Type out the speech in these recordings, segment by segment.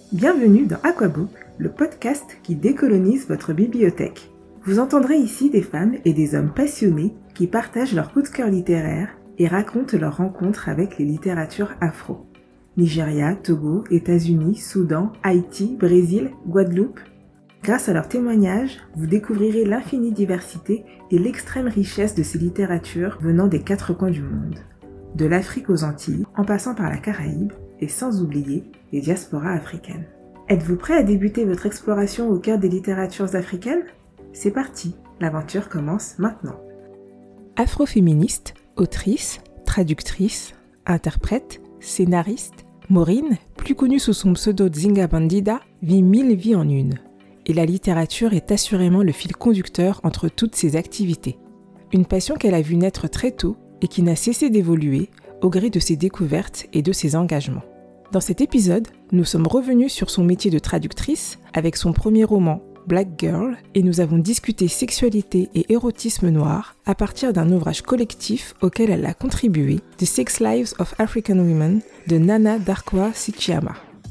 Bienvenue dans Aquabook, le podcast qui décolonise votre bibliothèque. Vous entendrez ici des femmes et des hommes passionnés qui partagent leurs coups de cœur littéraires et racontent leurs rencontres avec les littératures afro. Nigeria, Togo, États-Unis, Soudan, Haïti, Brésil, Guadeloupe. Grâce à leurs témoignages, vous découvrirez l'infinie diversité et l'extrême richesse de ces littératures venant des quatre coins du monde. De l'Afrique aux Antilles, en passant par la Caraïbe, et sans oublier les diasporas africaines. Êtes-vous prêt à débuter votre exploration au cœur des littératures africaines ? C'est parti, l'aventure commence maintenant. Afroféministe, autrice, traductrice, interprète, scénariste, Maureen, plus connue sous son pseudo Zinga Bandida, vit 1000 vies en une. Et la littérature est assurément le fil conducteur entre toutes ses activités. Une passion qu'elle a vue naître très tôt et qui n'a cessé d'évoluer au gré de ses découvertes et de ses engagements. Dans cet épisode, nous sommes revenus sur son métier de traductrice avec son premier roman Black Girl et nous avons discuté sexualité et érotisme noir à partir d'un ouvrage collectif auquel elle a contribué, The Sex Lives of African Women de Nana Darkwa Sichiama.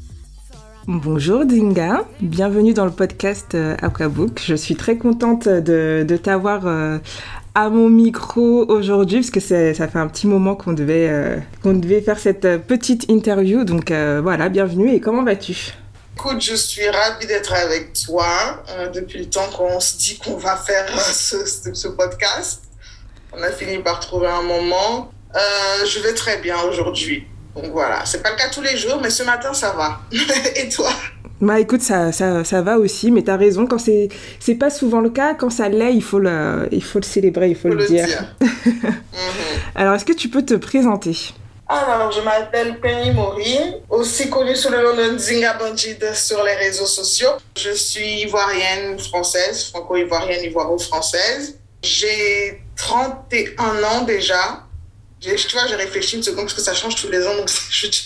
Bonjour Dinga, bienvenue dans le podcast Aquabook. Je suis très contente de t'avoir à mon micro aujourd'hui parce que ça fait un petit moment qu'on devait faire cette petite interview. Donc voilà, bienvenue et comment vas-tu ? Écoute, je suis ravie d'être avec toi depuis le temps qu'on se dit qu'on va faire ce podcast. On a fini par trouver un moment. Je vais très bien aujourd'hui. Donc voilà, c'est pas le cas tous les jours, mais ce matin, ça va. Et toi ? Bah écoute, ça va aussi, mais t'as raison, quand c'est pas souvent le cas, quand ça l'est, il faut le célébrer, il faut le dire. Alors, est-ce que tu peux te présenter ? Alors, je m'appelle Penny Maureen, aussi connue sous le nom de Zinga Bandida sur les réseaux sociaux. Je suis ivoirienne française, franco-ivoirienne, ivoiro-française. J'ai 31 ans déjà. Tu vois, j'ai réfléchi une seconde parce que ça change tous les ans, donc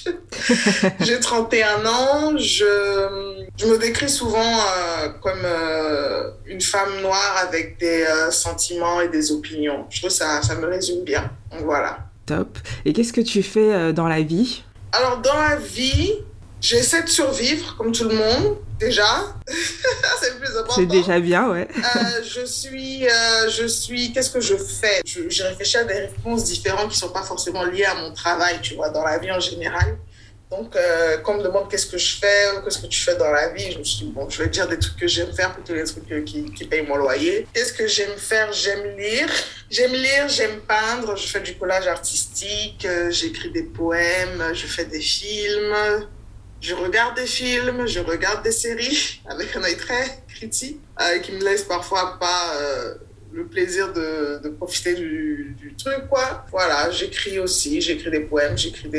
j'ai 31 ans. Je me décris souvent comme une femme noire avec des sentiments et des opinions. Je trouve que ça me résume bien. Donc voilà. Top. Et qu'est-ce que tu fais dans la vie ? Alors, dans la vie, j'essaie de survivre comme tout le monde, déjà. C'est le plus important. C'est déjà bien, ouais. Je suis... Qu'est-ce que je fais ? J'ai réfléchi à des réponses différentes qui ne sont pas forcément liées à mon travail, tu vois, dans la vie en général. Donc, quand on me demande qu'est-ce que je fais, ou qu'est-ce que tu fais dans la vie, je me suis dit, bon, je vais dire des trucs que j'aime faire plutôt que des trucs qui payent mon loyer. Qu'est-ce que j'aime faire ? J'aime lire, j'aime peindre, je fais du collage artistique, j'écris des poèmes, je fais des films, je regarde des films, je regarde des séries avec un œil très critique, qui me laisse parfois pas le plaisir de profiter du truc, quoi. Voilà, j'écris des poèmes,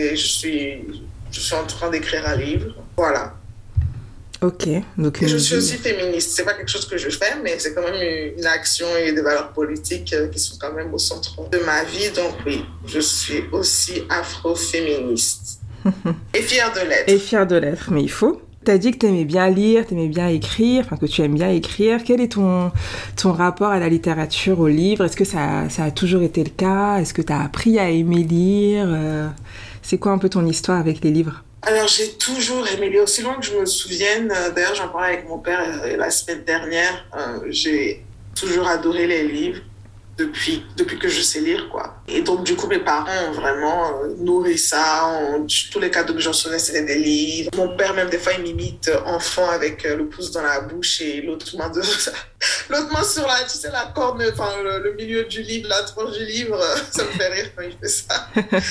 je suis en train d'écrire un livre, voilà. Ok. Donc, et je suis aussi féministe. C'est pas quelque chose que je fais, mais c'est quand même une action et des valeurs politiques qui sont quand même au centre de ma vie. Donc oui, je suis aussi afro-féministe. Et fière de l'être. Mais il faut. T'as dit que t'aimais bien lire, t'aimais bien écrire, enfin que tu aimes bien écrire. Quel est ton rapport à la littérature, aux livres ? Est-ce que ça a toujours été le cas ? Est-ce que t'as appris à aimer lire ? C'est quoi un peu ton histoire avec les livres ? Alors, j'ai toujours aimé lire, aussi loin que je me souvienne. D'ailleurs, j'en parlais avec mon père la semaine dernière. J'ai toujours adoré les livres depuis que je sais lire, quoi. Et donc, du coup, mes parents ont vraiment nourri ça. Tous les cadeaux que j'en sonnais, c'était des livres. Mon père, même, des fois, il m'imite enfant avec le pouce dans la bouche et l'autre main sur la corde, enfin, le milieu du livre, la tranche du livre. Ça me fait rire quand il fait ça.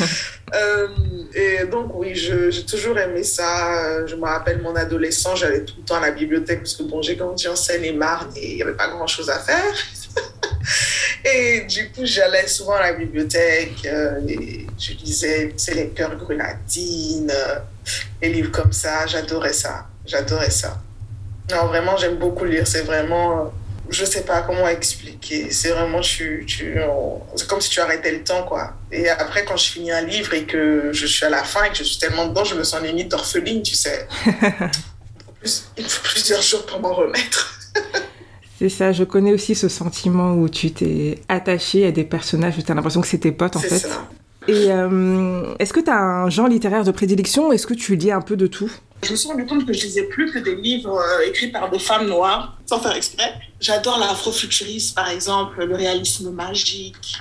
Et donc, oui, j'ai toujours aimé ça. Je me rappelle mon adolescence, j'allais tout le temps à la bibliothèque parce que, bon, j'ai grandi en Seine-et-Marne et il n'y avait pas grand-chose à faire. Et du coup, j'allais souvent à la bibliothèque et je lisais les Cœurs Grenadines, les livres comme ça. J'adorais ça. Non, vraiment, j'aime beaucoup lire. C'est vraiment... je sais pas comment expliquer. C'est vraiment... c'est comme si tu arrêtais le temps, quoi. Et après, quand je finis un livre et que je suis à la fin et que je suis tellement dedans, je me sens limite orpheline, tu sais. Il faut plusieurs jours pour m'en remettre. C'est ça, je connais aussi ce sentiment où tu t'es attaché à des personnages où tu as l'impression que c'est tes potes, en fait. C'est ça. Et est-ce que tu as un genre littéraire de prédilection ? Est-ce que tu lis un peu de tout ? Je me suis rendu compte que je lisais plus que des livres écrits par des femmes noires, sans faire exprès. J'adore l'afrofuturisme, par exemple, le réalisme magique.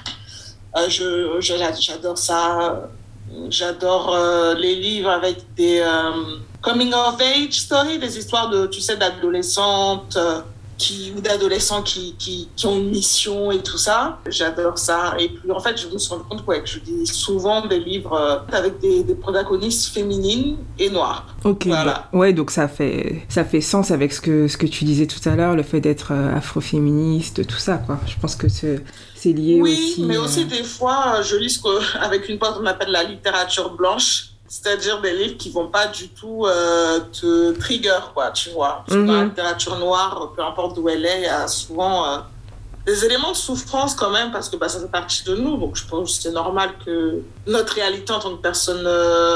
J'adore ça. J'adore les livres avec des coming of age stories, des histoires d'adolescentes ou d'adolescents qui ont une mission et tout ça. J'adore ça. Et puis, en fait, je me suis rendu compte que je lis souvent des livres avec des protagonistes féminines et noires. Ok, voilà. Ouais, donc ça fait sens avec ce que tu disais tout à l'heure, le fait d'être afroféministe, tout ça, quoi. Je pense que c'est lié aussi. Oui, mais aussi des fois, je lis avec une pote qu'on appelle la littérature blanche. C'est-à-dire des livres qui vont pas du tout te trigger, quoi, tu vois. Parce que dans la littérature noire, peu importe d'où elle est, il y a souvent des éléments de souffrance quand même, parce que ça fait partie de nous. Donc je pense que c'est normal que notre réalité en tant que personne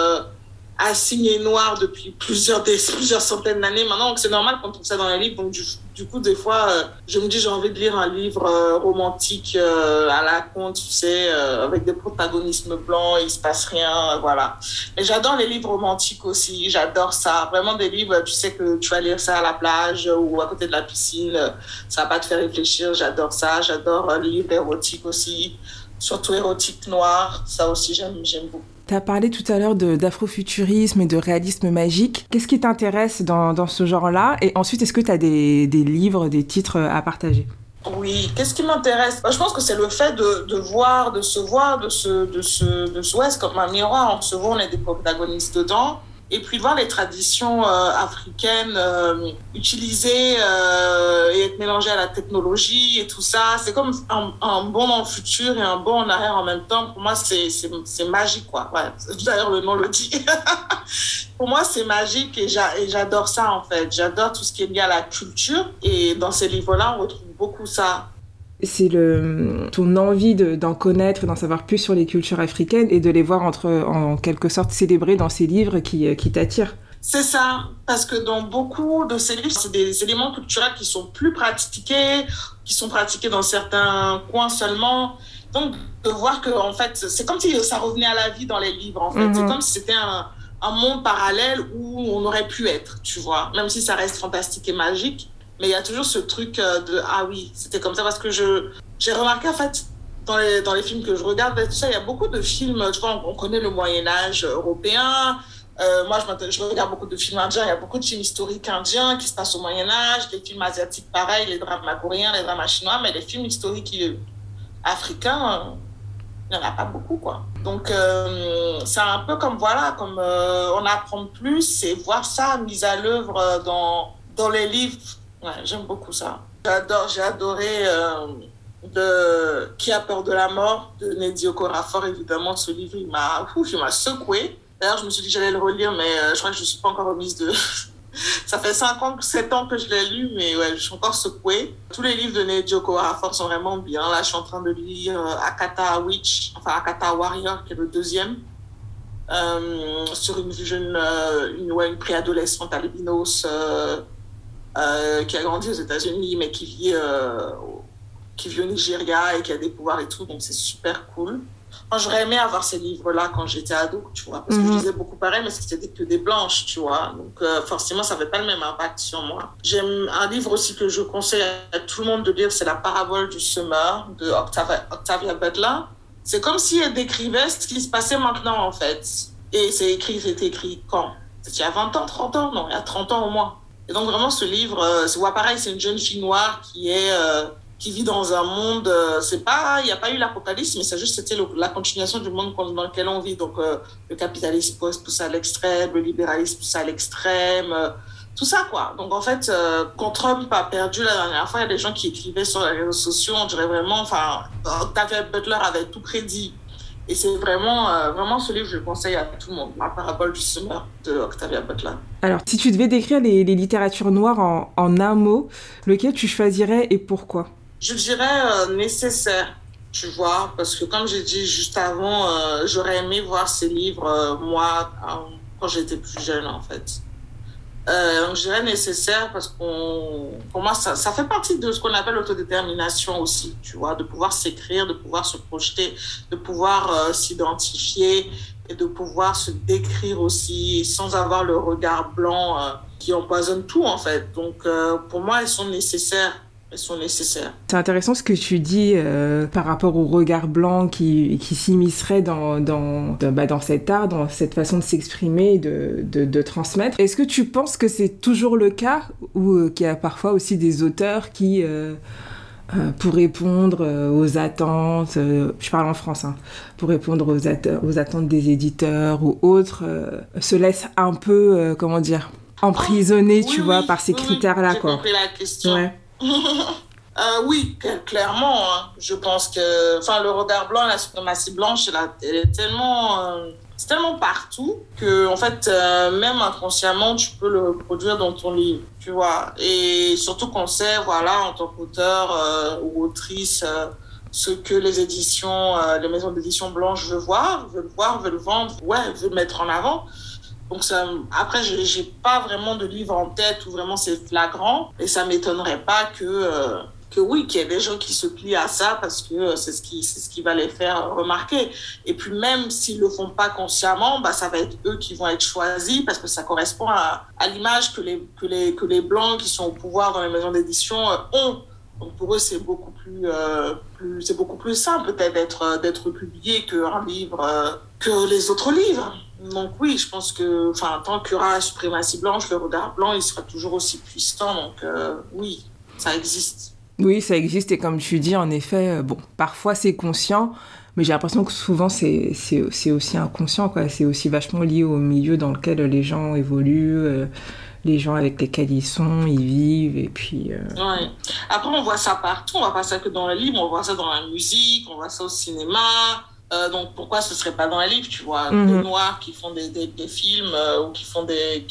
assignée noire depuis plusieurs centaines d'années maintenant, donc c'est normal qu'on trouve ça dans les livres. Donc du coup, des fois, je me dis j'ai envie de lire un livre romantique à la conte, tu sais, avec des protagonismes blancs, il se passe rien, voilà. Mais j'adore les livres romantiques aussi, j'adore ça. Vraiment des livres, tu sais que tu vas lire ça à la plage ou à côté de la piscine, ça va pas te faire réfléchir, j'adore ça. J'adore les livres érotiques aussi, surtout érotiques noirs, ça aussi j'aime beaucoup. Tu as parlé tout à l'heure d'afrofuturisme et de réalisme magique. Qu'est-ce qui t'intéresse dans ce genre-là ? Et ensuite, est-ce que tu as des livres, des titres à partager ? Oui, qu'est-ce qui m'intéresse ? Je pense que c'est le fait de se voir, c'est comme un miroir. On se voit, on est des protagonistes dedans. Et puis de voir les traditions africaines utilisées et être mélangées à la technologie et tout ça. C'est comme un bond dans le futur et un bond en arrière en même temps. Pour moi, c'est magique, quoi. Ouais. D'ailleurs, le nom le dit. Pour moi, c'est magique et j'adore ça, en fait. J'adore tout ce qui est lié à la culture. Et dans ces livres-là, on retrouve beaucoup ça. C'est ton envie d'en connaître, d'en savoir plus sur les cultures africaines et de les voir en quelque sorte célébrées dans ces livres qui t'attirent. C'est ça, parce que dans beaucoup de ces livres, c'est des éléments culturels qui sont plus pratiqués, qui sont pratiqués dans certains coins seulement. Donc, de voir que, en fait, c'est comme si ça revenait à la vie dans les livres, en fait. C'est comme si c'était un monde parallèle où on aurait pu être, tu vois, même si ça reste fantastique et magique. Mais il y a toujours ce truc de « Ah oui, c'était comme ça » parce que j'ai remarqué, en fait, dans les films que je regarde, tout ça, il y a beaucoup de films, tu vois, on connaît le Moyen-Âge européen. Moi, je regarde beaucoup de films indiens. Il y a beaucoup de films historiques indiens qui se passent au Moyen-Âge, des films asiatiques pareil, les dramas coréens, les dramas chinois, mais les films historiques africains, il n'y en a pas beaucoup, quoi. Donc, c'est un peu comme, voilà, comme on apprend plus et voir ça mis à l'œuvre dans les livres. Ouais, j'aime beaucoup ça. J'ai adoré Qui a peur de la mort de Nnedi Okorafor, évidemment. Ce livre, il m'a secoué. D'ailleurs, je me suis dit que j'allais le relire, mais je crois que je ne suis pas encore remise de... Ça fait 7 ans que je l'ai lu, mais ouais, je suis encore secouée. Tous les livres de Nnedi Okorafor sont vraiment bien. Là, je suis en train de lire Akata Warrior, qui est le deuxième, sur une préadolescente albinos qui a grandi aux États-Unis, mais qui vit au Nigeria et qui a des pouvoirs et tout, donc c'est super cool. Moi, j'aurais aimé avoir ces livres-là quand j'étais ado, tu vois, parce que je lisais beaucoup pareil, mais c'était que des blanches, tu vois, donc forcément, ça n'avait pas le même impact sur moi. J'aime un livre aussi que je conseille à tout le monde de lire, c'est La parabole du semeur de Octavia Butler. C'est comme si elle décrivait ce qui se passait maintenant, en fait. Et c'était écrit quand ? C'était il y a 20 ans, 30 ans ? Non, il y a 30 ans au moins. Et donc, vraiment, ce livre, pareil, c'est une jeune fille noire qui vit dans un monde, il n'y a pas eu l'apocalypse, mais c'était la continuation du monde dans lequel on vit. Donc, le capitalisme pousse à l'extrême, le libéralisme pousse à l'extrême, tout ça, quoi. Donc, en fait, quand Trump a perdu la dernière fois, il y a des gens qui écrivaient sur les réseaux sociaux, on dirait vraiment, Octavia Butler avait tout prédit. Et c'est vraiment ce livre, je le conseille à tout le monde, La parabole du semeur de Octavia Butler. Alors, si tu devais décrire les littératures noires en un mot, lequel tu choisirais et pourquoi ? Je dirais nécessaire, tu vois, parce que comme j'ai dit juste avant, j'aurais aimé voir ces livres, moi, quand j'étais plus jeune, en fait. Donc, je dirais nécessaire parce pour moi, ça fait partie de ce qu'on appelle l'autodétermination aussi, tu vois, de pouvoir s'écrire, de pouvoir se projeter, de pouvoir s'identifier et de pouvoir se décrire aussi sans avoir le regard blanc qui empoisonne tout, en fait. Donc, pour moi, elles sont nécessaires. Elles sont nécessaires. C'est intéressant ce que tu dis par rapport au regard blanc qui s'immiscerait dans cet art, dans cette façon de s'exprimer, de transmettre. Est-ce que tu penses que c'est toujours le cas ou qu'il y a parfois aussi des auteurs qui, pour répondre aux attentes, je parle en France, hein, pour répondre aux attentes des éditeurs ou autres, se laissent un peu, emprisonner, tu vois, par ces critères-là, j'ai quoi. compris la question. Ouais. Oui, clairement. Hein. Je pense que le regard blanc, la suprématie blanche, elle est tellement, c'est tellement partout que, en fait, même inconsciemment, tu peux le produire dans ton livre, tu vois. Et surtout qu'on sait, voilà, en tant qu'auteur ou autrice, ce que les éditions, les maisons d'édition blanches veulent vendre, veulent mettre en avant. Donc après, j'ai pas vraiment de livre en tête où vraiment c'est flagrant et ça m'étonnerait pas qu'il y ait des gens qui se plient à ça parce que c'est ce qui va les faire remarquer. Et puis même s'ils le font pas consciemment, ça va être eux qui vont être choisis parce que ça correspond à l'image que les blancs qui sont au pouvoir dans les maisons d'édition ont. Donc pour eux, c'est beaucoup plus simple peut-être d'être publié qu'un livre, que les autres livres. Donc oui, je pense que tant qu'il y aura la suprématie blanche, le regard blanc, il sera toujours aussi puissant. Donc oui, ça existe. Oui, ça existe et comme tu dis, en effet, parfois c'est conscient, mais j'ai l'impression que souvent c'est aussi inconscient, quoi. C'est aussi vachement lié au milieu dans lequel les gens évoluent, les gens avec lesquels ils vivent, et puis... Ouais. Après, on voit ça partout, on voit pas ça que dans les livres, on voit ça dans la musique, on voit ça au cinéma. Donc pourquoi ce serait pas dans les livres, tu vois, des noirs qui font des films ou qui font des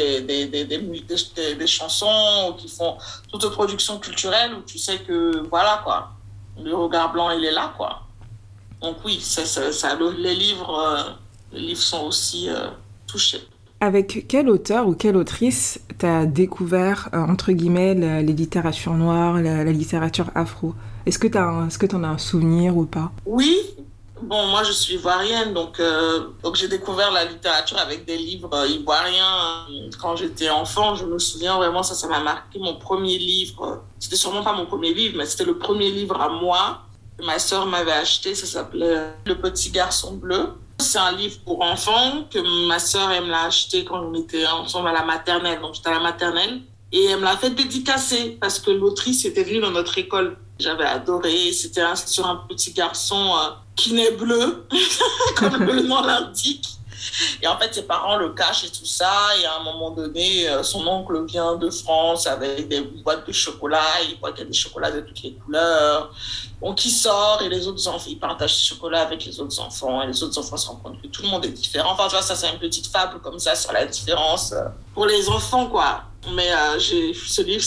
chansons ou qui font toute production culturelle où tu sais que voilà quoi, le regard blanc il est là quoi. Donc oui, les livres sont aussi touchés. Avec quel auteur ou quelle autrice t'as découvert entre guillemets les littératures noires, la littérature afro? Est-ce que t'en as un souvenir ou pas? Oui. Bon, moi, je suis ivoirienne, donc j'ai découvert la littérature avec des livres ivoiriens. Quand j'étais enfant, je me souviens vraiment, ça m'a marqué. Mon premier livre, c'était sûrement pas mon premier livre, mais c'était le premier livre à moi que ma sœur m'avait acheté. Ça s'appelait Le Petit Garçon Bleu. C'est un livre pour enfants que ma sœur, elle me l'a acheté quand on était ensemble à la maternelle. Donc, j'étais à la maternelle. Et elle me l'a fait dédicacer parce que l'autrice était venue dans notre école. J'avais adoré. C'était sur un petit garçon qui naît bleu, comme le nom l'indique. Et en fait, ses parents le cachent et tout ça. Et à un moment donné, son oncle vient de France avec des boîtes de chocolat. Il voit qu'il y a des chocolats de toutes les couleurs. Donc, il sort et les autres enfants, il partage ce chocolat avec les autres enfants. Et les autres enfants se rendent compte que tout le monde est différent. Enfin, tu vois, ça, c'est une petite fable comme ça sur la différence pour les enfants, quoi. Mais ce livre,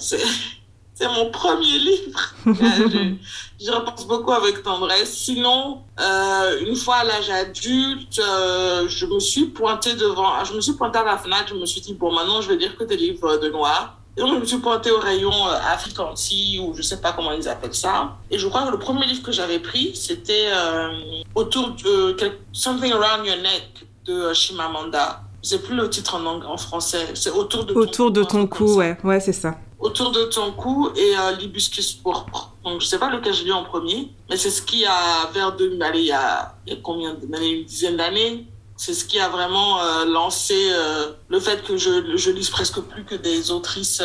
c'est mon premier livre. Je repense beaucoup avec tendresse. Sinon, une fois à l'âge adulte, je me suis pointée à la Fnac. Je me suis dit, bon, maintenant, je vais lire que des livres de noirs. Et donc, je me suis pointée au rayon Africanti, ou je sais pas comment ils appellent ça. Et je crois que le premier livre que j'avais pris, c'était autour de Something Around Your Neck de Chimamanda. Je sais plus le titre en français. C'est Autour de ton cou, ouais, c'est ça. Autour de ton cou et l'hibiscus pourpre. Donc, je sais pas lequel j'ai lu en premier, mais c'est ce qui a, il y a combien d'années, une dizaine d'années, c'est ce qui a vraiment lancé le fait que je lise presque plus que des autrices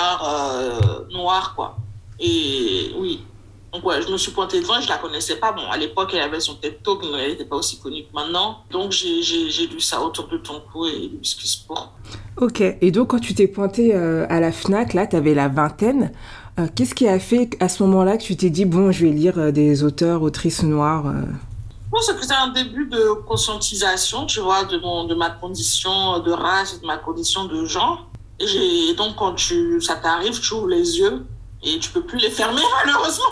noires, quoi. Et oui. Donc ouais, je me suis pointée devant, je la connaissais pas. Bon, à l'époque, elle avait son TED Talk, mais elle n'était pas aussi connue que maintenant. Donc j'ai lu ça, Autour de ton cou et l'hibiscus pourpre. Ok, et donc quand tu t'es pointée à la Fnac, là, t'avais la vingtaine. Qu'est-ce qui a fait à ce moment-là que tu t'es dit, bon, je vais lire des auteurs, autrices noires Bon, c'était un début de conscientisation, tu vois, de ma condition de race, de ma condition de genre. Et donc, quand ça t'arrive, tu ouvres les yeux Et tu peux plus les fermer, malheureusement.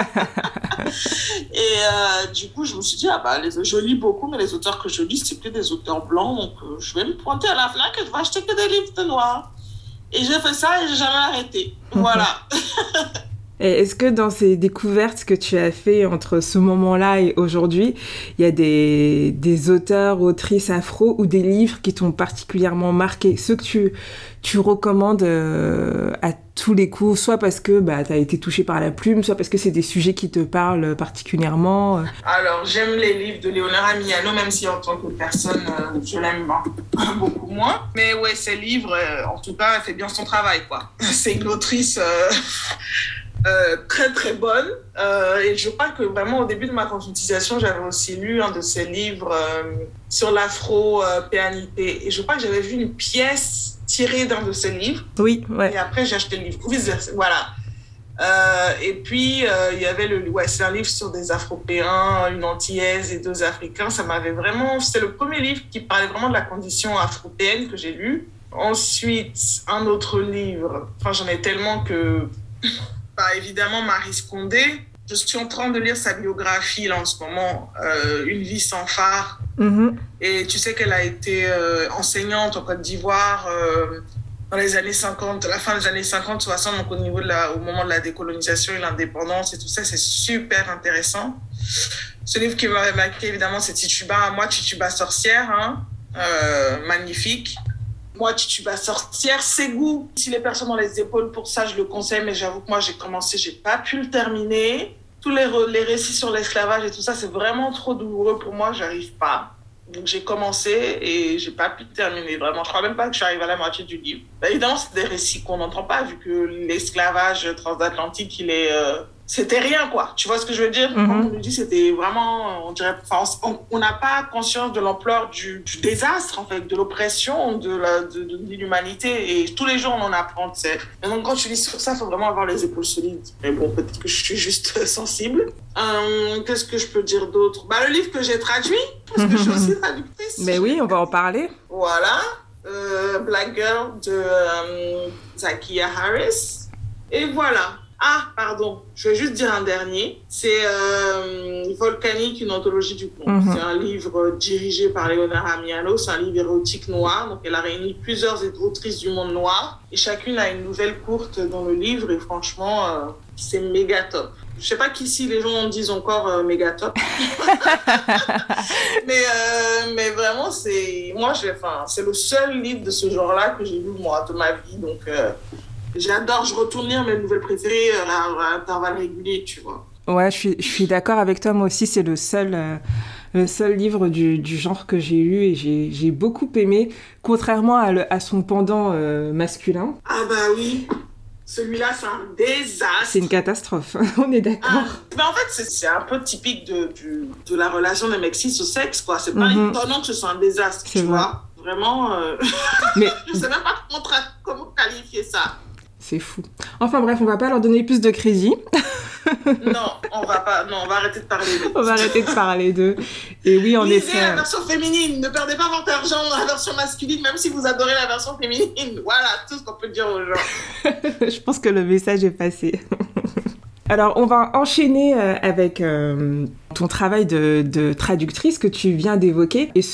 Et du coup, je me suis dit, je lis beaucoup, mais les auteurs que je lis, c'est que des auteurs blancs. Donc, je vais me pointer à la FNAC et je vais acheter que des livres de noirs. Et j'ai fait ça et j'ai jamais arrêté. Voilà. Et est-ce que dans ces découvertes que tu as fait entre ce moment-là et aujourd'hui, il y a des auteurs, autrices afro ou des livres qui t'ont particulièrement marqué, ceux que tu recommandes à tous les coups, soit parce que tu as été touchée par la plume, soit parce que c'est des sujets qui te parlent particulièrement Alors, j'aime les livres de Leonora Miano, même si en tant que personne, je l'aime beaucoup moins. Mais ouais, ces livres, en tout cas, elle fait bien son travail, quoi. C'est une autrice... très très bonne et je crois que vraiment au début de ma conscientisation j'avais aussi lu un de ses livres sur l'afro-péanité et je crois que j'avais vu une pièce tirée d'un de ses livres. Oui, ouais. Et après j'ai acheté le livre, voilà. Et puis il y avait c'est un livre sur des Afropéens, une Antillaise et 2 Africains. Ça m'avait vraiment, c'est le premier livre qui parlait vraiment de la condition afropéenne que j'ai lu. Ensuite un autre livre, j'en ai tellement que évidemment, Maryse Condé. Je suis en train de lire sa biographie là, en ce moment, Une vie sans phare. Mm-hmm. Et tu sais qu'elle a été enseignante en Côte d'Ivoire dans les années 50, la fin des années 50-60, donc au moment de la décolonisation et l'indépendance et tout ça, c'est super intéressant. Ce livre qui m'avait marqué, évidemment, c'est Tituba, moi, Tituba sorcière, hein, magnifique. Moi, Tituba sorcière, Ségou. Si les personnes ont les épaules pour ça, je le conseille, mais j'avoue que moi, j'ai commencé, j'ai pas pu le terminer. Tous les récits sur l'esclavage et tout ça, c'est vraiment trop douloureux pour moi, j'arrive pas. Donc, j'ai commencé et j'ai pas pu le terminer, vraiment. Je crois même pas que je suis arrivée à la moitié du livre. Évidemment, c'est des récits qu'on n'entend pas, vu que l'esclavage transatlantique, c'était rien, quoi. Tu vois ce que je veux dire? Mm-hmm. Comme on nous dit, c'était vraiment, on dirait, on n'a pas conscience de l'ampleur du désastre, en fait, de l'oppression de l'humanité. Et tous les jours, on en apprend, tu sais. Et donc, quand tu lis sur ça, il faut vraiment avoir les épaules solides. Mais bon, peut-être que je suis juste sensible. Qu'est-ce que je peux dire d'autre? Le livre que j'ai traduit, parce que je suis aussi traductrice. Mais oui, on va en parler. Voilà. Black Girl de Zakiya Harris. Et voilà. Ah, pardon, je vais juste dire un dernier. C'est Volcanique, une anthologie du conte. Mm-hmm. C'est un livre dirigé par Leonora Miano. C'est un livre érotique noir. Donc, elle a réuni plusieurs autrices du monde noir. Et chacune a une nouvelle courte dans le livre. Et franchement, c'est méga top. Je sais pas qu'ici, les gens disent encore méga top. mais vraiment, c'est le seul livre de ce genre-là que j'ai lu, moi, de ma vie. Donc... j'adore, je retourne lire mes nouvelles préférées à intervalles réguliers, tu vois. Ouais, je suis d'accord avec toi. Moi aussi, c'est le seul livre du genre que j'ai lu et j'ai beaucoup aimé, contrairement à son pendant masculin. Ah bah oui, celui-là, c'est un désastre. C'est une catastrophe, on est d'accord. En fait, c'est un peu typique de la relation des mecs cis au sexe, quoi. C'est pas étonnant que ce soit un désastre, tu vois. Vraiment, mais... je sais même pas comment qualifier ça. C'est fou. Enfin bref, on va pas leur donner plus de crédit. Non, on va arrêter de parler d'eux. On va arrêter de parler d'eux. Et oui, en effet. Lisez la version féminine, ne perdez pas votre argent dans la version masculine, même si vous adorez la version féminine. Voilà, tout ce qu'on peut dire aux gens. Je pense que le message est passé. Alors, on va enchaîner avec ton travail de traductrice que tu viens d'évoquer. Et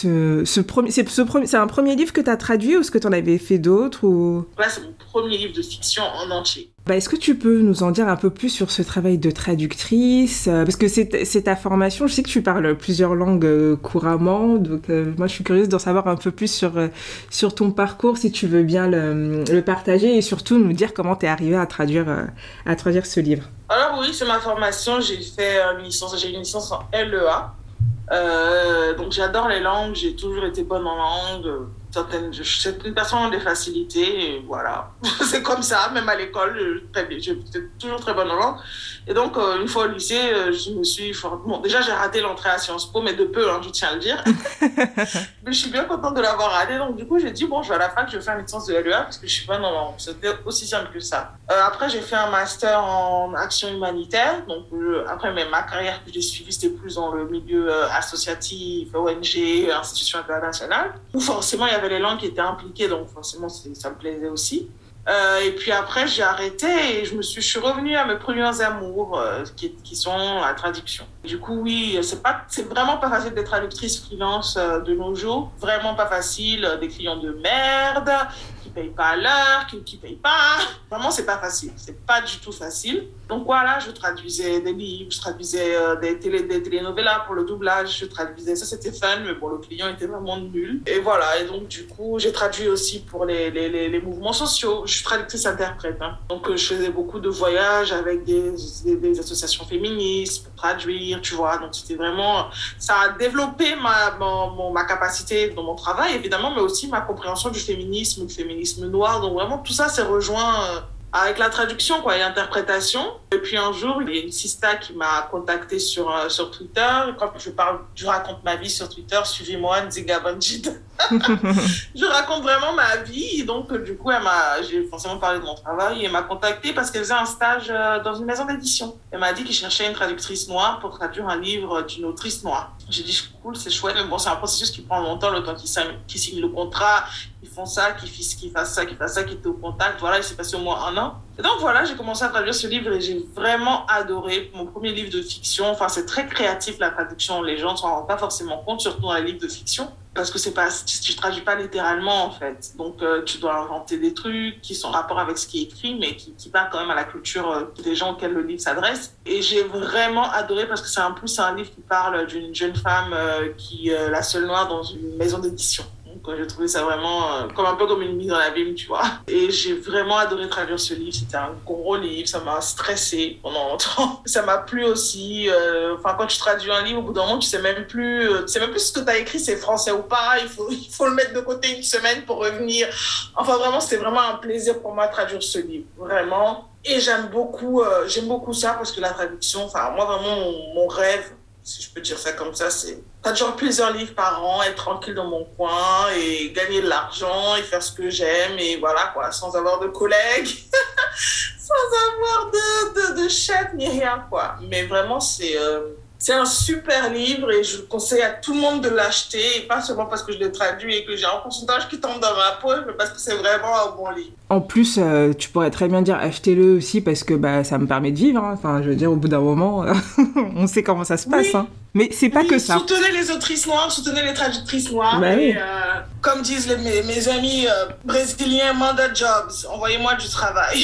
c'est un premier livre que tu as traduit ou est-ce que tu en avais fait d'autres ou... Là, c'est mon premier livre de fiction en entier. Est-ce que tu peux nous en dire un peu plus sur ce travail de traductrice parce que c'est ta formation, je sais que tu parles plusieurs langues couramment, donc moi je suis curieuse d'en savoir un peu plus sur ton parcours, si tu veux bien le partager et surtout nous dire comment tu es arrivée à traduire ce livre. Alors oui, c'est ma formation, j'ai une licence en LEA, donc j'adore les langues, j'ai toujours été bonne en langue. Je suis une personne en des facilités, et voilà. C'est comme ça, même à l'école, j'étais toujours très bonne en langue. Et donc, une fois au lycée, je me suis... Bon, déjà, j'ai raté l'entrée à Sciences Po, mais de peu, je tiens à le dire. Mais je suis bien contente de l'avoir raté. Donc, du coup, j'ai dit, bon, je vais à la fac, je vais faire une licence de LEA, parce que je suis bonne en langue. C'était aussi simple que ça. Après, j'ai fait un master en action humanitaire. Donc, après, ma carrière que j'ai suivie, c'était plus dans le milieu associatif, ONG, institutions internationales, où forcément, il y avait les langues qui étaient impliquées, donc forcément, ça me plaisait aussi. Et puis après, j'ai arrêté et je suis revenue à mes premiers amours qui sont la traduction. Du coup, oui, c'est vraiment pas facile d'être traductrice freelance de nos jours. Vraiment pas facile. Des clients de merde qui payent pas à l'heure, qui payent pas. Vraiment, c'est pas facile. C'est pas du tout facile. Donc voilà, je traduisais des livres, je traduisais des telenovelas pour le doublage, je traduisais, ça c'était fun, mais bon, le client était vraiment nul. Et voilà, et donc du coup, j'ai traduit aussi pour les mouvements sociaux. Je suis traductrice-interprète, hein. Donc je faisais beaucoup de voyages avec des associations féministes pour traduire, tu vois. Donc c'était vraiment, ça a développé ma capacité dans mon travail, évidemment, mais aussi ma compréhension du féminisme noir. Donc vraiment, tout ça s'est rejoint avec la traduction, quoi, et l'interprétation. Et puis un jour, il y a une sista qui m'a contactée sur Twitter. Quand je raconte ma vie sur Twitter, suivez-moi, Nziga Banjid. Je raconte vraiment ma vie. Donc, du coup, j'ai forcément parlé de mon travail. Et elle m'a contactée parce qu'elle faisait un stage dans une maison d'édition. Elle m'a dit qu'elle cherchait une traductrice noire pour traduire un livre d'une autrice noire. J'ai dit, cool, c'est chouette. Mais bon, c'est un processus qui prend longtemps, le temps qu'ils signent le contrat. Ils font ça, qu'ils fassent ça, qu'ils étaient au contact. Voilà, il s'est passé au moins 1 an. Et donc, voilà, j'ai commencé à traduire ce livre et j'ai vraiment adoré. Mon premier livre de fiction. Enfin, c'est très créatif, la traduction. Les gens ne s'en rendent pas forcément compte, surtout dans les livres de fiction. Parce que tu traduis pas littéralement, en fait. Donc, tu dois inventer des trucs qui sont en rapport avec ce qui est écrit, mais qui parlent quand même à la culture des gens auxquels le livre s'adresse. Et j'ai vraiment adoré parce que c'est un livre qui parle d'une jeune femme qui est la seule noire dans une maison d'édition. Donc, j'ai trouvé ça vraiment un peu comme une mise dans l'abîme, tu vois. Et j'ai vraiment adoré traduire ce livre. C'était un gros livre. Ça m'a stressée pendant longtemps. Ça m'a plu aussi. Quand tu traduis un livre, au bout d'un moment, tu sais même plus ce que tu as écrit, c'est français ou pas. Il faut le mettre de côté une semaine pour revenir. Enfin, vraiment, c'était vraiment un plaisir pour moi de traduire ce livre. Vraiment. Et j'aime beaucoup ça parce que la traduction, enfin, moi, vraiment, mon rêve, si je peux dire ça comme ça, c'est traduire plusieurs livres par an, être tranquille dans mon coin et gagner de l'argent et faire ce que j'aime et voilà quoi, sans avoir de collègues, sans avoir de chef ni rien quoi. Mais vraiment, c'est un super livre et je conseille à tout le monde de l'acheter, et pas seulement parce que je l'ai traduit et que j'ai un pourcentage qui tombe dans ma poche, mais parce que c'est vraiment un bon livre. En plus, tu pourrais très bien dire achetez-le aussi parce que ça me permet de vivre. Hein. Enfin, je veux dire, au bout d'un moment, on sait comment ça se passe. Hein. Mais c'est pas que ça. Soutenez les autrices noires, soutenez les traductrices noires. Et, comme disent mes amis brésiliens, manda jobs, envoyez-moi du travail.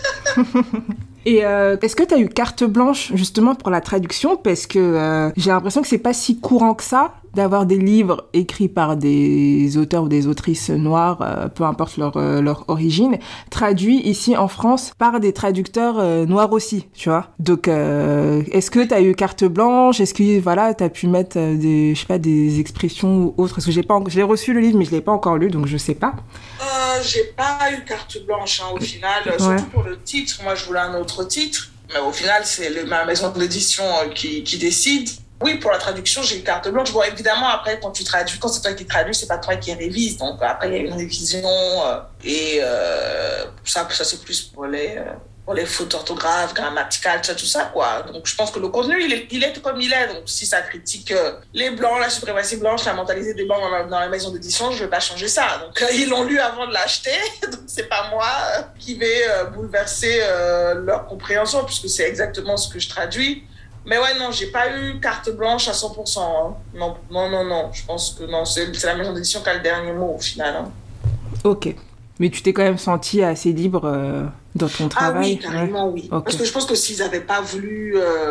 Et est-ce que tu as eu carte blanche justement pour la traduction? Parce que j'ai l'impression que c'est pas si courant que ça d'avoir des livres écrits par des auteurs ou des autrices noires, peu importe leur origine, traduits ici en France par des traducteurs noirs aussi, tu vois. Donc, est-ce que tu as eu carte blanche? Est-ce que voilà, tu as pu mettre des expressions ou autres? Parce que j'ai reçu le livre, mais je l'ai pas encore lu, donc je sais pas. J'ai pas eu carte blanche au final, surtout pour le titre. Moi, je voulais un autre titre, mais au final, c'est ma maison d'édition qui décide. Oui, pour la traduction, j'ai eu carte blanche. Bon, évidemment, après, quand c'est toi qui traduis, c'est pas toi qui révise. Donc, après, il y a une révision et ça c'est plus pour les fautes orthographes, grammaticales, tout ça, quoi. Donc, je pense que le contenu, il est comme il est. Donc, si ça critique les Blancs, la suprématie blanche, la mentalité des Blancs dans la maison d'édition, je vais pas changer ça. Donc, ils l'ont lu avant de l'acheter. Donc, c'est pas moi qui vais bouleverser leur compréhension, puisque c'est exactement ce que je traduis. Mais ouais, non, j'ai pas eu carte blanche à 100%. Hein. Non. Je pense que non, c'est la maison d'édition qui a le dernier mot au final. Hein. Ok. Mais tu t'es quand même sentie assez libre dans ton travail? Ah oui, carrément, oui. Okay. Parce que je pense que s'ils n'avaient pas voulu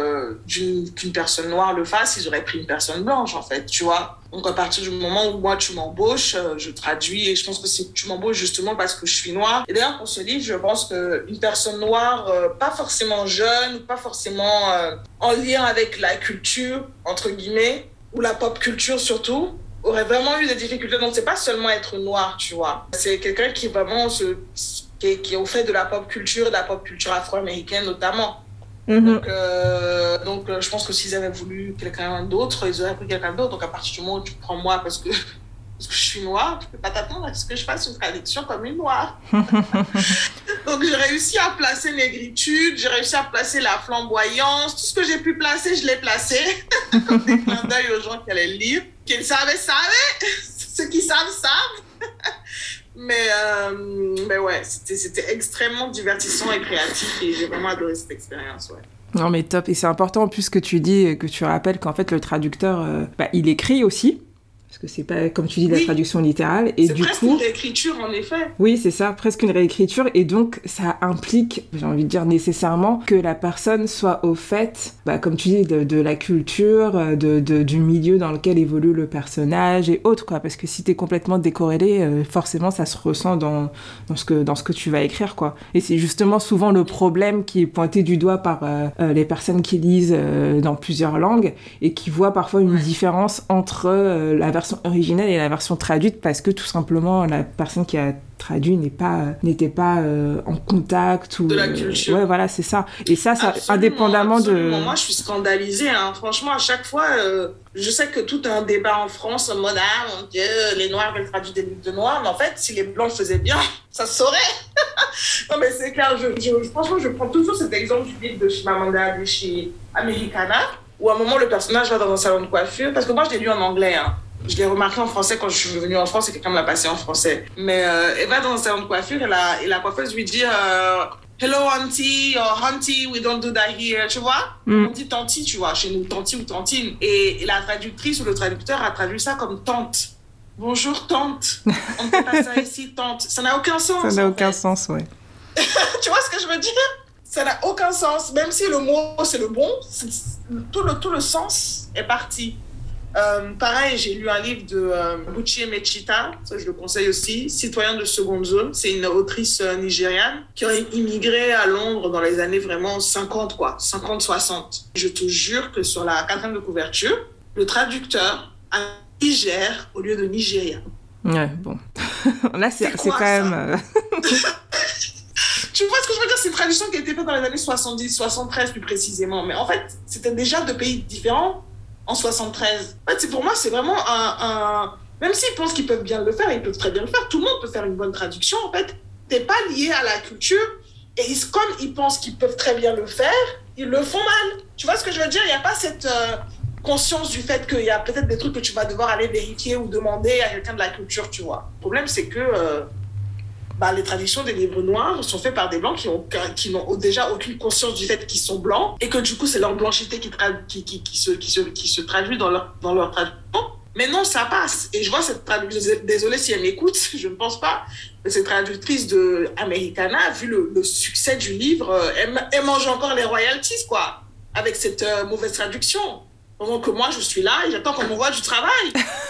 qu'une personne noire le fasse, ils auraient pris une personne blanche, en fait, tu vois. Donc, à partir du moment où moi, tu m'embauches, je traduis et je pense que tu m'embauches justement parce que je suis noire. Et d'ailleurs, pour ce livre, je pense qu'une personne noire, pas forcément jeune, pas forcément en lien avec la culture, entre guillemets, ou la pop culture surtout, aurait vraiment eu des difficultés. Donc, c'est pas seulement être noir, tu vois. C'est quelqu'un qui vraiment qui est au fait de la pop culture afro-américaine notamment. Mm-hmm. Donc, je pense que s'ils avaient voulu quelqu'un d'autre, ils auraient pris quelqu'un d'autre. Donc, à partir du moment où tu prends moi parce que je suis noire, tu peux pas t'attendre à ce que je fasse une traduction comme une noire. Donc, j'ai réussi à placer négritude, j'ai réussi à placer la flamboyance. Tout ce que j'ai pu placer, je l'ai placé. Comme des clins d'œil aux gens qui allaient le lire. Qui le savaient. Ceux qui savent. Mais ouais, c'était extrêmement divertissant et créatif et j'ai vraiment adoré cette expérience, ouais. Non mais top, et c'est important en plus que tu dis, que tu rappelles qu'en fait le traducteur, il écrit aussi, parce que c'est pas, comme tu dis, la traduction littérale, et du coup... C'est presque une réécriture en effet. Oui, c'est ça, presque une réécriture, et donc ça implique, j'ai envie de dire nécessairement, que la personne soit au fait, comme tu dis, de la culture, du milieu dans lequel évolue le personnage et autres, quoi, parce que si t'es complètement décorrélé, forcément ça se ressent dans ce que tu vas écrire, quoi. Et c'est justement souvent le problème qui est pointé du doigt par les personnes qui lisent dans plusieurs langues, et qui voient parfois une différence entre la version originale et la version traduite, parce que tout simplement la personne qui a traduit n'était pas en contact ou de la culture. Ouais, voilà, c'est ça. Et ça indépendamment absolument. Moi je suis scandalisée, hein. Franchement, à chaque fois je sais que tout un débat en France en mode mon Dieu, les noirs veulent traduire des livres de noirs, mais en fait si les blancs le faisaient bien ça se saurait. Non mais c'est clair, franchement je prends toujours cet exemple du livre de Chimamanda Adichie Americana, où à un moment le personnage va dans un salon de coiffure, parce que moi je l'ai lu en anglais, hein. Je l'ai remarqué en français quand je suis venue en France et quelqu'un me l'a passé en français. Mais elle va dans un salon de coiffure et la coiffeuse lui dit Hello auntie or auntie, we don't do that here, tu vois. On dit tanti, tu vois, chez nous, tanti ou tantine. Et la traductrice ou le traducteur a traduit ça comme tante. Bonjour tante, on ne fait pas ça ici, tante. Ça n'a aucun sens. Ça n'a aucun sens, ouais. Tu vois ce que je veux dire? Ça n'a aucun sens. Même si le mot c'est le bon, tout le sens est parti. Pareil, j'ai lu un livre de Buchi Emechita, ça je le conseille aussi, Citoyen de seconde zone. C'est une autrice nigériane qui a immigré à Londres dans les années vraiment 50, 60. Je te jure que sur la 4e de couverture, le traducteur a Niger au lieu de Nigeria. Ouais, bon. Là, c'est quand même... Tu vois ce que je veux dire? C'est une traduction qui a été faite dans les années 70, 73 plus précisément. Mais en fait, c'était déjà 2 pays différents. En 73. En fait, pour moi, c'est vraiment Même s'ils pensent qu'ils peuvent bien le faire, ils peuvent très bien le faire. Tout le monde peut faire une bonne traduction, en fait. T'es pas lié à la culture. Et comme ils pensent qu'ils peuvent très bien le faire, ils le font mal. Tu vois ce que je veux dire? Il n'y a pas cette conscience du fait qu'il y a peut-être des trucs que tu vas devoir aller vérifier ou demander à quelqu'un de la culture, tu vois. Le problème, c'est que les traductions des livres noirs sont faites par des blancs qui n'ont déjà aucune conscience du fait qu'ils sont blancs, et que du coup c'est leur blanchité qui se traduit dans leur traduction. Mais non, ça passe. Et je vois cette traductrice, désolée si elle m'écoute, je ne pense pas, mais cette traductrice de Americana, vu le succès du livre, elle mange encore les royalties, quoi, avec cette mauvaise traduction. Pendant que moi je suis là et j'attends qu'on m'envoie du travail.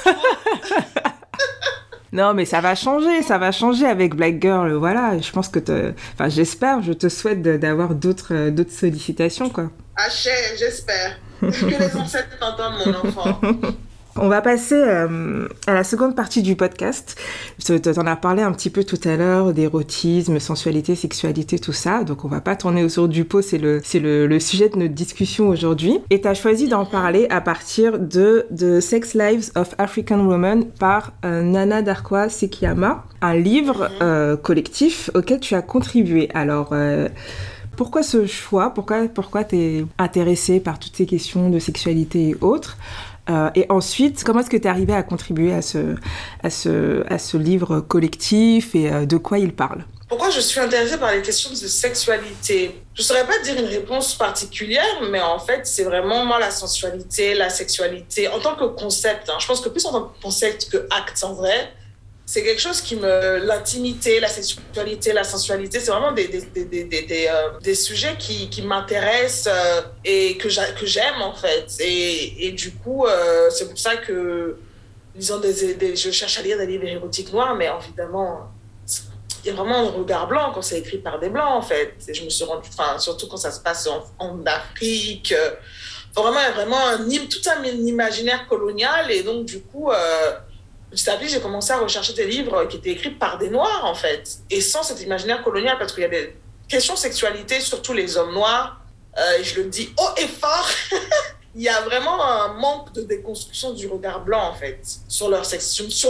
Non, mais ça va changer avec Black Girl, voilà. Je pense que j'espère, je te souhaite d'avoir d'autres sollicitations, quoi. J'espère. Que les ancêtres t'entendent, mon enfant. On va passer à la seconde partie du podcast. Tu en as parlé un petit peu tout à l'heure, d'érotisme, sensualité, sexualité, tout ça. Donc on va pas tourner autour du pot, c'est le sujet de notre discussion aujourd'hui. Et tu as choisi d'en parler à partir de The Sex Lives of African Women par Nana Darkwa Sekiyama, un livre collectif auquel tu as contribué. Alors... pourquoi ce choix? Pourquoi t'es intéressée par toutes ces questions de sexualité et autres? Et ensuite, comment est-ce que t'es arrivée à contribuer à ce livre collectif et de quoi il parle? Pourquoi je suis intéressée par les questions de sexualité? Je ne saurais pas dire une réponse particulière, mais en fait, c'est vraiment moi la sensualité, la sexualité, en tant que concept. Je pense que plus en tant que concept que acte en vrai, c'est quelque chose qui l'intimité, la sexualité, la sensualité, c'est vraiment des sujets qui m'intéressent et que j'aime en fait. Et du coup, c'est pour ça que, disons, je cherche à lire des livres érotiques noirs, mais évidemment, il y a vraiment un regard blanc quand c'est écrit par des blancs en fait. Et je me suis rendue, surtout quand ça se passe en Afrique. Vraiment, il y a vraiment tout un imaginaire colonial, et donc du coup... petit à petit, j'ai commencé à rechercher des livres qui étaient écrits par des Noirs, en fait, et sans cet imaginaire colonial, parce qu'il y a des questions de sexualité, surtout les hommes noirs, et je le dis haut et fort, il y a vraiment un manque de déconstruction du regard blanc, en fait, sur nos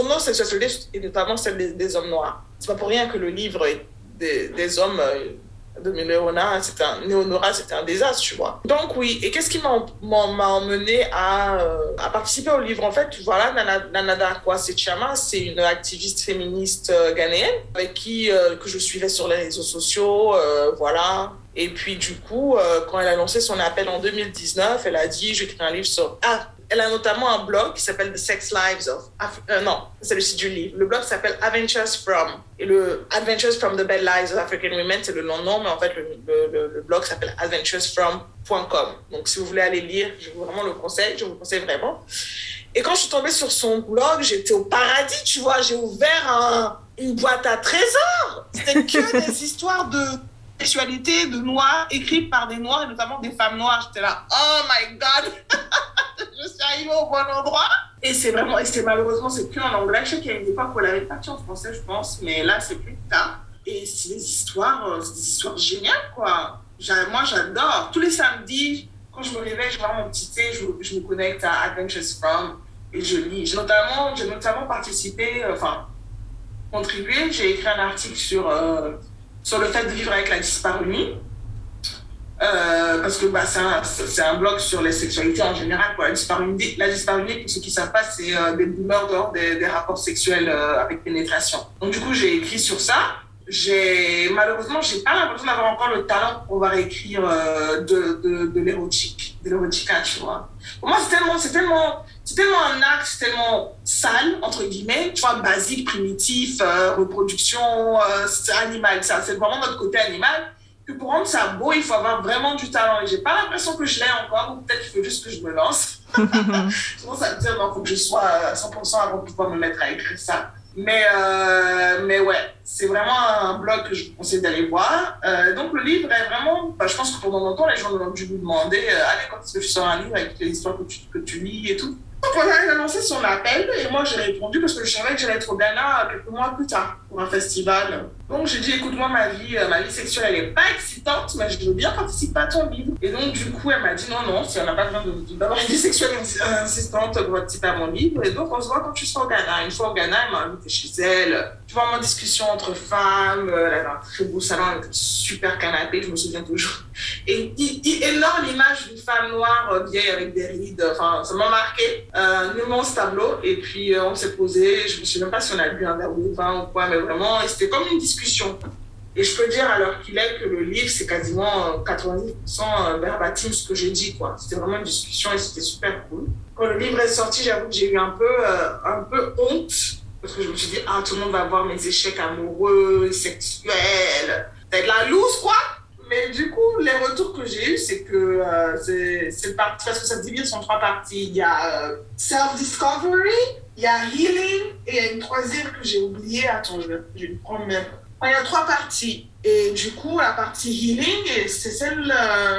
sexualités, et notamment celle des hommes noirs. C'est pas pour rien que le livre des hommes de Néonora, c'était un désastre, tu vois. Donc oui, et qu'est-ce qui m'a emmené à participer au livre? En fait, voilà, Nana Kwasi Tchama, c'est une activiste féministe ghanéenne avec qui que je suivais sur les réseaux sociaux, voilà. Et puis du coup, quand elle a lancé son appel en 2019, elle a dit, j'écris un livre sur... Elle a notamment un blog qui s'appelle The Sex Lives of... non, c'est le site du livre. Le blog s'appelle Adventures From. Et le Adventures From the Bad Lives of African Women, c'est le long nom, mais en fait, le blog s'appelle adventuresfrom.com. Donc, si vous voulez aller lire, je vous vraiment le conseille. Je vous le conseille vraiment. Et quand je suis tombée sur son blog, j'étais au paradis, tu vois. J'ai ouvert une boîte à trésors. C'était que des histoires de sexualité de noirs, écrites par des noirs, et notamment des femmes noires. J'étais là, oh my God. Je suis arrivée au bon endroit. Et c'est malheureusement, c'est plus en anglais. Je sais qu'il y a une époque où elle avait parti en français, je pense, mais là, c'est plus tard. Et c'est des histoires géniales, quoi. Moi, j'adore. Tous les samedis, quand je me réveille, je vois mon petit thé, je me connecte à Adventures From et je lis. J'ai notamment participé, contribué. J'ai écrit un article sur le fait de vivre avec la dyspareunie. Parce que c'est un blog sur les sexualités en général, quoi. La dyspareunie, pour ceux qui ne savent pas, c'est des boomers dehors des rapports sexuels avec pénétration. Donc du coup, j'ai écrit sur ça. Malheureusement, j'ai pas l'impression d'avoir encore le talent pour pouvoir écrire de l'érotique, de l'érotica, tu vois. Pour moi, c'est tellement un acte tellement sale, entre guillemets, tu vois, basique, primitif, reproduction, c'est animal, ça, c'est vraiment notre côté animal. Que pour rendre ça beau, il faut avoir vraiment du talent. Et j'ai pas l'impression que je l'ai encore, ou peut-être qu'il faut juste que je me lance. Je commence à me dire, non, il faut que je sois à 100% avant de pouvoir me mettre à écrire ça. Mais ouais, c'est vraiment un blog que je vous conseille d'aller voir. Donc le livre est vraiment, je pense que pendant longtemps, les gens ont dû vous demander, allez, quand est-ce que je sors un livre avec les histoires que tu lis et tout. Donc voilà, elle a lancé son appel et moi j'ai répondu parce que je savais que j'allais être au Ghana quelques mois plus tard pour un festival. Donc j'ai dit, écoute-moi, ma vie sexuelle, elle n'est pas excitante, mais je veux bien participer à ton livre. Et donc du coup, elle m'a dit, non, si on n'a pas besoin d'avoir une vie sexuelle insistante pour participer à mon livre. Et donc on se voit quand tu seras au Ghana. Une fois au Ghana, elle m'a invité chez elle. Tu vois, en discussion entre femmes, elle avait un très beau salon avec un super canapé, je me souviens toujours. Et énorme image d'une femme noire vieille avec des rides, enfin ça m'a marqué. Un immense tableau, et puis on s'est posé, je me souviens même pas si on a bu un verre de vin ou quoi, mais vraiment, c'était comme une discussion. Et je peux dire à l'heure qu'il est que le livre, c'est quasiment 90% verbatim ce que j'ai dit, quoi. C'était vraiment une discussion et c'était super cool. Quand le livre est sorti, j'avoue que j'ai eu un peu honte, parce que je me suis dit, tout le monde va voir mes échecs amoureux, sexuels, t'as de la loose, quoi. Mais du coup, les retours que j'ai eus, c'est que c'est parti, parce que ça se divise en 3 parties. Il y a self-discovery, il y a healing, et il y a une troisième que j'ai oubliée. Attends, je vais le prendre même. Il y a 3 parties. Et du coup, la partie healing, c'est celle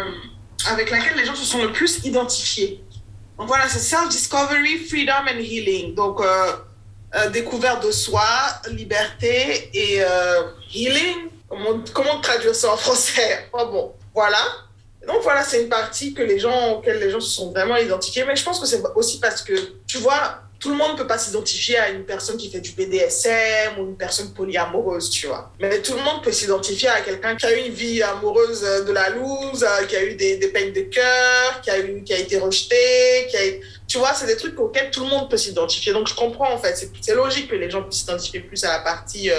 avec laquelle les gens se sont le plus identifiés. Donc voilà, c'est self-discovery, freedom and healing. Donc, découverte de soi, liberté et healing. Comment traduire ça en français? Bon, voilà. Donc voilà, c'est une partie auxquelles les gens se sont vraiment identifiés. Mais je pense que c'est aussi parce que, tu vois, tout le monde ne peut pas s'identifier à une personne qui fait du BDSM ou une personne polyamoureuse, tu vois. Mais tout le monde peut s'identifier à quelqu'un qui a eu une vie amoureuse de la loose, qui a eu des peines de cœur, qui a été rejeté, tu vois, c'est des trucs auxquels tout le monde peut s'identifier. Donc je comprends, en fait. C'est logique que les gens puissent s'identifier plus à la partie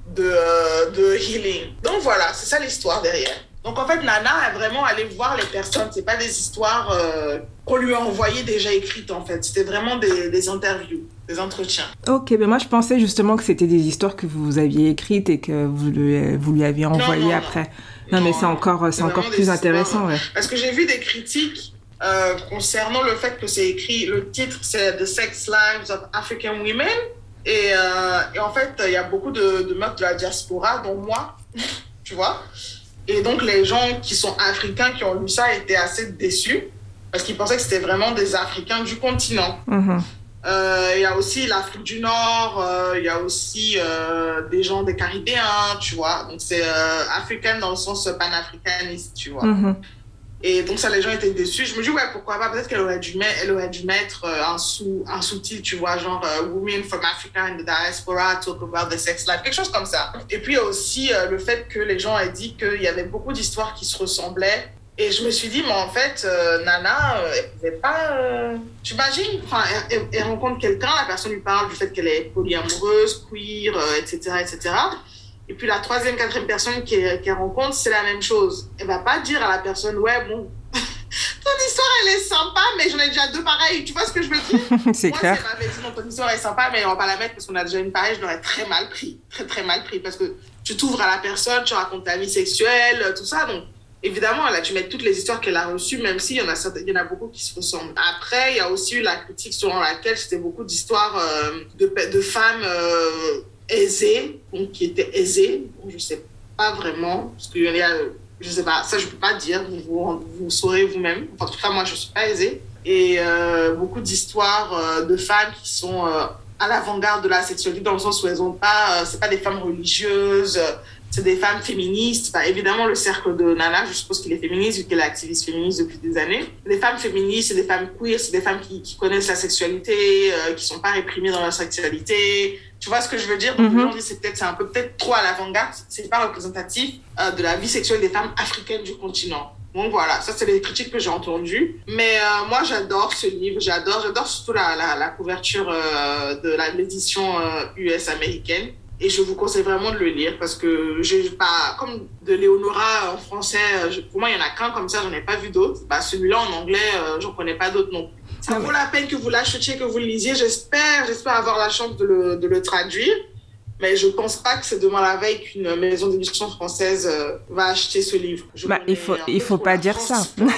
de healing. Donc voilà, c'est ça l'histoire derrière. Donc en fait, Nana est vraiment allée voir les personnes. C'est pas des histoires qu'on lui a envoyées déjà écrites, en fait. C'était vraiment des interviews, des entretiens. Ok, ben moi je pensais justement que c'était des histoires que vous aviez écrites et que vous lui aviez envoyées après. Non, mais c'est encore plus intéressant. Ouais. Parce que j'ai vu des critiques concernant le fait que c'est écrit, le titre c'est The Sex Lives of African Women. Et en fait, il y a beaucoup de meufs de la diaspora, dont moi, tu vois. Et donc, les gens qui sont africains, qui ont lu ça, étaient assez déçus parce qu'ils pensaient que c'était vraiment des Africains du continent. Mm-hmm. Il y a aussi l'Afrique du Nord, il y a aussi des gens des Caribéens, tu vois. Donc, c'est africaine dans le sens panafricaniste, tu vois. Mm-hmm. Et donc, ça, les gens étaient déçus. Je me dis, ouais, pourquoi pas? Peut-être elle aurait dû mettre un sous-titre, tu vois, genre Women from Africa and the Diaspora talk about the sex life, quelque chose comme ça. Et puis, il y a aussi le fait que les gens aient dit qu'il y avait beaucoup d'histoires qui se ressemblaient. Et je me suis dit, mais en fait, Nana, elle pouvait pas... J'imagine, enfin, elle rencontre quelqu'un, la personne lui parle du fait qu'elle est polyamoureuse, queer, etc., etc. Et puis la troisième, quatrième personne qu'elle rencontre, c'est la même chose. Elle va pas dire à la personne, ouais, bon, ton histoire, elle est sympa, mais j'en ai déjà deux pareilles. Tu vois ce que je veux dire? C'est Moi, clair. si elle m'avait dit, non, ton histoire est sympa, mais on va pas la mettre parce qu'on a déjà une pareille, je l'aurais très mal pris. Très, très mal pris. Parce que tu t'ouvres à la personne, tu racontes ta vie sexuelle, tout ça. Donc, évidemment, elle a dû mettre toutes les histoires qu'elle a reçues, même s'il y en a beaucoup qui se ressemblent. Après, il y a aussi eu la critique selon laquelle c'était beaucoup d'histoires de femmes aisées, donc qui étaient aisées. Bon, je sais pas vraiment, parce qu'il y a, je sais pas, ça je peux pas dire, vous saurez vous-même. Enfin, en tout cas, moi, je suis pas aisée. Et beaucoup d'histoires de femmes qui sont à l'avant-garde de la sexualité, dans le sens où elles ont pas, c'est pas des femmes religieuses, c'est des femmes féministes. Bah, évidemment, le cercle de Nana, je suppose qu'il est féministe, vu qu'elle est activiste féministe depuis des années. Des femmes féministes, c'est des femmes queer, c'est des femmes qui connaissent la sexualité, qui sont pas réprimées dans leur sexualité. Tu vois ce que je veux dire? Donc, les gens disent c'est un peu peut-être trop à l'avant-garde, c'est pas représentatif de la vie sexuelle des femmes africaines du continent. Donc voilà, ça c'est les critiques que j'ai entendues. Mais moi j'adore ce livre, j'adore surtout la couverture de l'édition US américaine. Et je vous conseille vraiment de le lire parce que j'ai pas, comme de Léonora en français, pour moi il y en a qu'un comme ça, j'en ai pas vu d'autres. Bah, celui-là en anglais, j'en connais pas d'autres non plus. Ça vaut la peine que vous l'achetiez, que vous le lisiez. J'espère avoir la chance de le traduire. Mais je pense pas que c'est demain la veille qu'une maison d'édition française va acheter ce livre. Il faut pas dire ça. Donc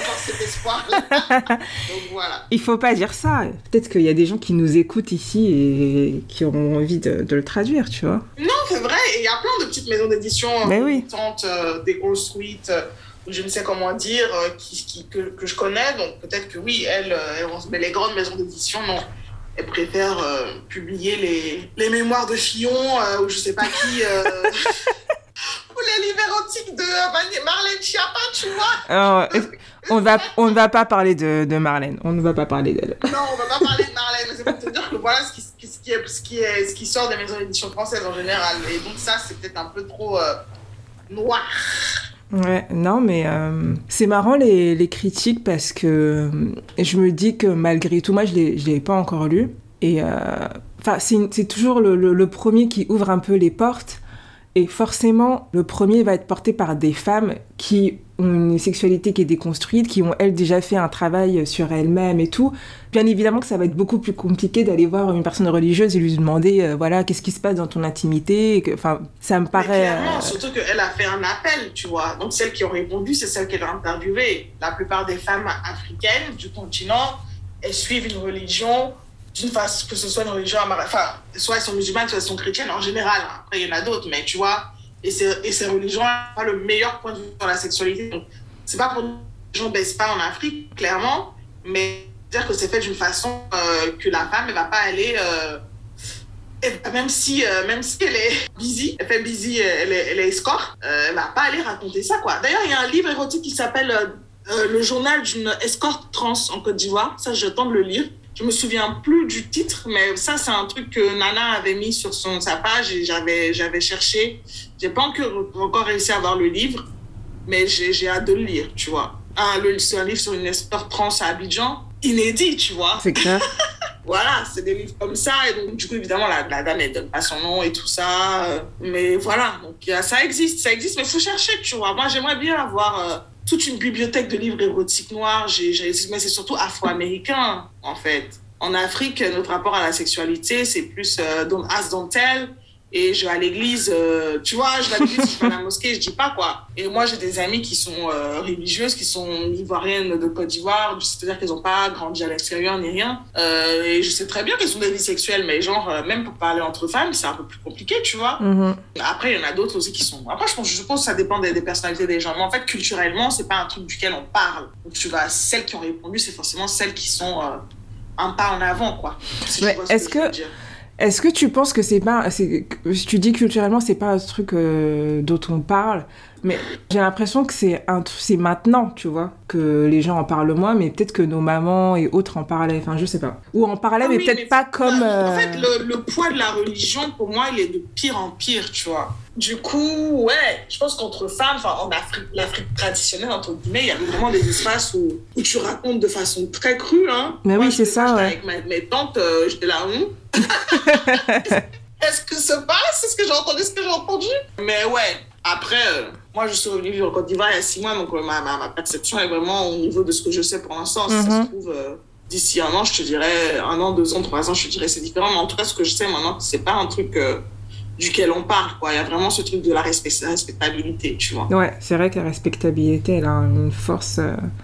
voilà. Il faut pas dire ça. Peut-être qu'il y a des gens qui nous écoutent ici et qui auront envie de le traduire, tu vois. Non, c'est vrai. Il y a plein de petites maisons d'édition déconstruites, je ne sais comment dire, que je connais. Donc peut-être que oui, mais les grandes maisons d'édition, non. Elle préfère publier les mémoires de Fillon ou je sais pas qui, ou les livres érotiques de Marlène Schiappa, tu vois. On ne va pas parler de Marlène. On ne va pas parler d'elle. Non, on va pas parler de Marlène. Mais c'est pour te dire que voilà ce qui sort des maisons d'édition françaises en général. Et donc ça, c'est peut-être un peu trop noir. Ouais, non, mais c'est marrant les critiques parce que je me dis que malgré tout, moi je l'ai pas encore lu et c'est toujours le premier qui ouvre un peu les portes et forcément le premier va être porté par des femmes qui ont une sexualité qui est déconstruite, qui ont elles déjà fait un travail sur elles-mêmes et tout. Bien évidemment que ça va être beaucoup plus compliqué d'aller voir une personne religieuse et lui demander voilà, qu'est-ce qui se passe dans ton intimité, enfin ça me paraît clairement, surtout qu'elle a fait un appel, tu vois. Donc celles qui ont répondu, c'est celles qu'elle a interviewées. La plupart des femmes africaines du continent, elles suivent une religion d'une façon, que ce soit une religion soit elles sont musulmanes, soit elles sont chrétiennes en général. Après il y en a d'autres, mais tu vois, et ces religions n'ont pas le meilleur point de vue sur la sexualité. Donc c'est pas pour que les gens ne baissent pas en Afrique, clairement, mais dire que c'est fait d'une façon que la femme ne va pas aller même si elle est busy, elle fait busy, elle est escort, elle va pas aller raconter ça, quoi. D'ailleurs il y a un livre érotique qui s'appelle le journal d'une escorte trans en Côte d'Ivoire. Ça je tente de le lire. Je me souviens plus du titre, mais ça c'est un truc que Nana avait mis sur sa page et j'avais cherché. J'ai pas encore réussi à voir le livre, mais j'ai hâte de le lire, tu vois. C'est un livre sur une escorte trans à Abidjan, inédit, tu vois. C'est clair. Voilà, c'est des livres comme ça. Et donc, du coup, évidemment, la dame, elle donne pas son nom et tout ça. Mais voilà, donc ça existe, mais il faut chercher, tu vois. Moi, j'aimerais bien avoir toute une bibliothèque de livres érotiques noirs. Mais c'est surtout afro-américain, en fait. En Afrique, notre rapport à la sexualité, c'est plus don't ask, don't tell. Et je vais à l'église, tu vois, je vais à l'église, je vais à la mosquée, je dis pas quoi. Et moi, j'ai des amies qui sont religieuses, qui sont ivoiriennes de Côte d'Ivoire, c'est-à-dire qu'elles n'ont pas grandi à l'extérieur ni rien. Et je sais très bien qu'elles ont des vies sexuelles, mais genre, même pour parler entre femmes, c'est un peu plus compliqué, tu vois. Mm-hmm. Après, il y en a d'autres aussi qui sont... Après, je pense que ça dépend des personnalités des gens. Mais en fait, culturellement, c'est pas un truc duquel on parle. Donc, tu vois, celles qui ont répondu, c'est forcément celles qui sont un pas en avant, quoi. Si ouais, Est-ce que tu penses que tu dis culturellement, c'est pas un truc dont on parle, mais j'ai l'impression que c'est maintenant, tu vois, que les gens en parlent moins, mais peut-être que nos mamans et autres en parlaient, enfin, je sais pas. Ou en parlaient, mais peut-être pas comme... En fait, le poids de la religion, pour moi, il est de pire en pire, tu vois. Du coup, ouais, je pense qu'entre femmes, en Afrique, l'Afrique traditionnelle, entre guillemets, il y avait vraiment des espaces où tu racontes de façon très crue, hein. Mais moi, oui, c'est ça, ouais. Avec mes tantes, j'étais là, Est-ce que se passe? Est-ce que j'ai entendu ce que j'ai entendu? Mais ouais, après, moi, je suis revenue vivre en Côte d'Ivoire il y a 6 mois, donc ma perception est vraiment au niveau de ce que je sais pour l'instant. Si ça se trouve, d'ici 1 an, je te dirais, 1 an, 2 ans, 3 ans, je te dirais c'est différent. Mais en tout cas, ce que je sais maintenant, c'est pas un truc duquel on parle, quoi. Il y a vraiment ce truc de la respectabilité, tu vois. Ouais, c'est vrai que la respectabilité, elle a une force,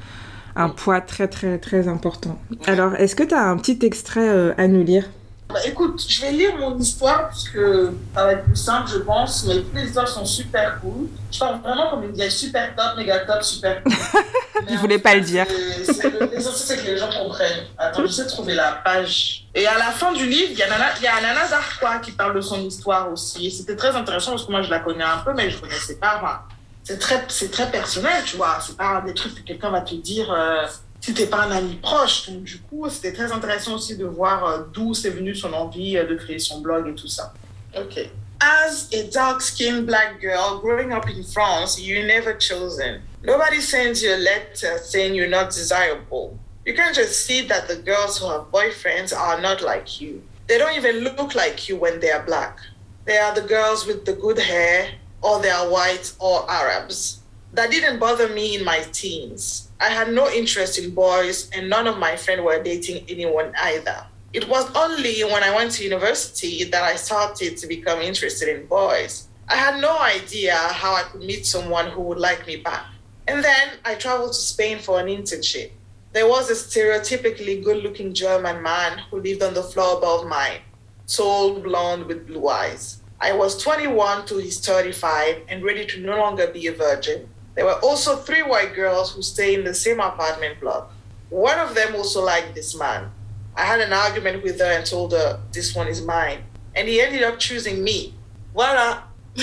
un poids très, très, très important. Ouais. Alors, est-ce que tu as un petit extrait à nous lire? Bah, écoute, je vais lire mon histoire parce que ça va être plus simple, je pense, mais toutes les histoires sont super cool. Je parle vraiment comme une vieille super top, méga top, super cool. Il voulait pas le dire. L'essentiel, c'est que les gens comprennent. Attends, j'essaie de trouver la page. Et à la fin du livre, il y a Nana Darkwa qui parle de son histoire aussi. Et c'était très intéressant parce que moi, je la connais un peu, mais je connaissais pas. Enfin, c'est très personnel, tu vois. C'est pas des trucs que quelqu'un va te dire... si t'es pas un ami proche. Donc, du coup, c'était très intéressant aussi de voir d'où c'est venu son envie de créer son blog et tout ça. OK. As a dark-skinned black girl growing up in France, you're never chosen. Nobody sends you a letter saying you're not desirable. You can just see that the girls who have boyfriends are not like you. They don't even look like you when they are black. They are the girls with the good hair, or they are white or Arabs. That didn't bother me in my teens. I had no interest in boys, and none of my friends were dating anyone either. It was only when I went to university that I started to become interested in boys. I had no idea how I could meet someone who would like me back. And then I traveled to Spain for an internship. There was a stereotypically good-looking German man who lived on the floor above mine, tall, blonde, with blue eyes. I was 21 to his 35 and ready to no longer be a virgin. There were also 3 white girls who stayed in the same apartment block. One of them also liked this man. I had an argument with her and told her, this one is mine. And he ended up choosing me. Voilà.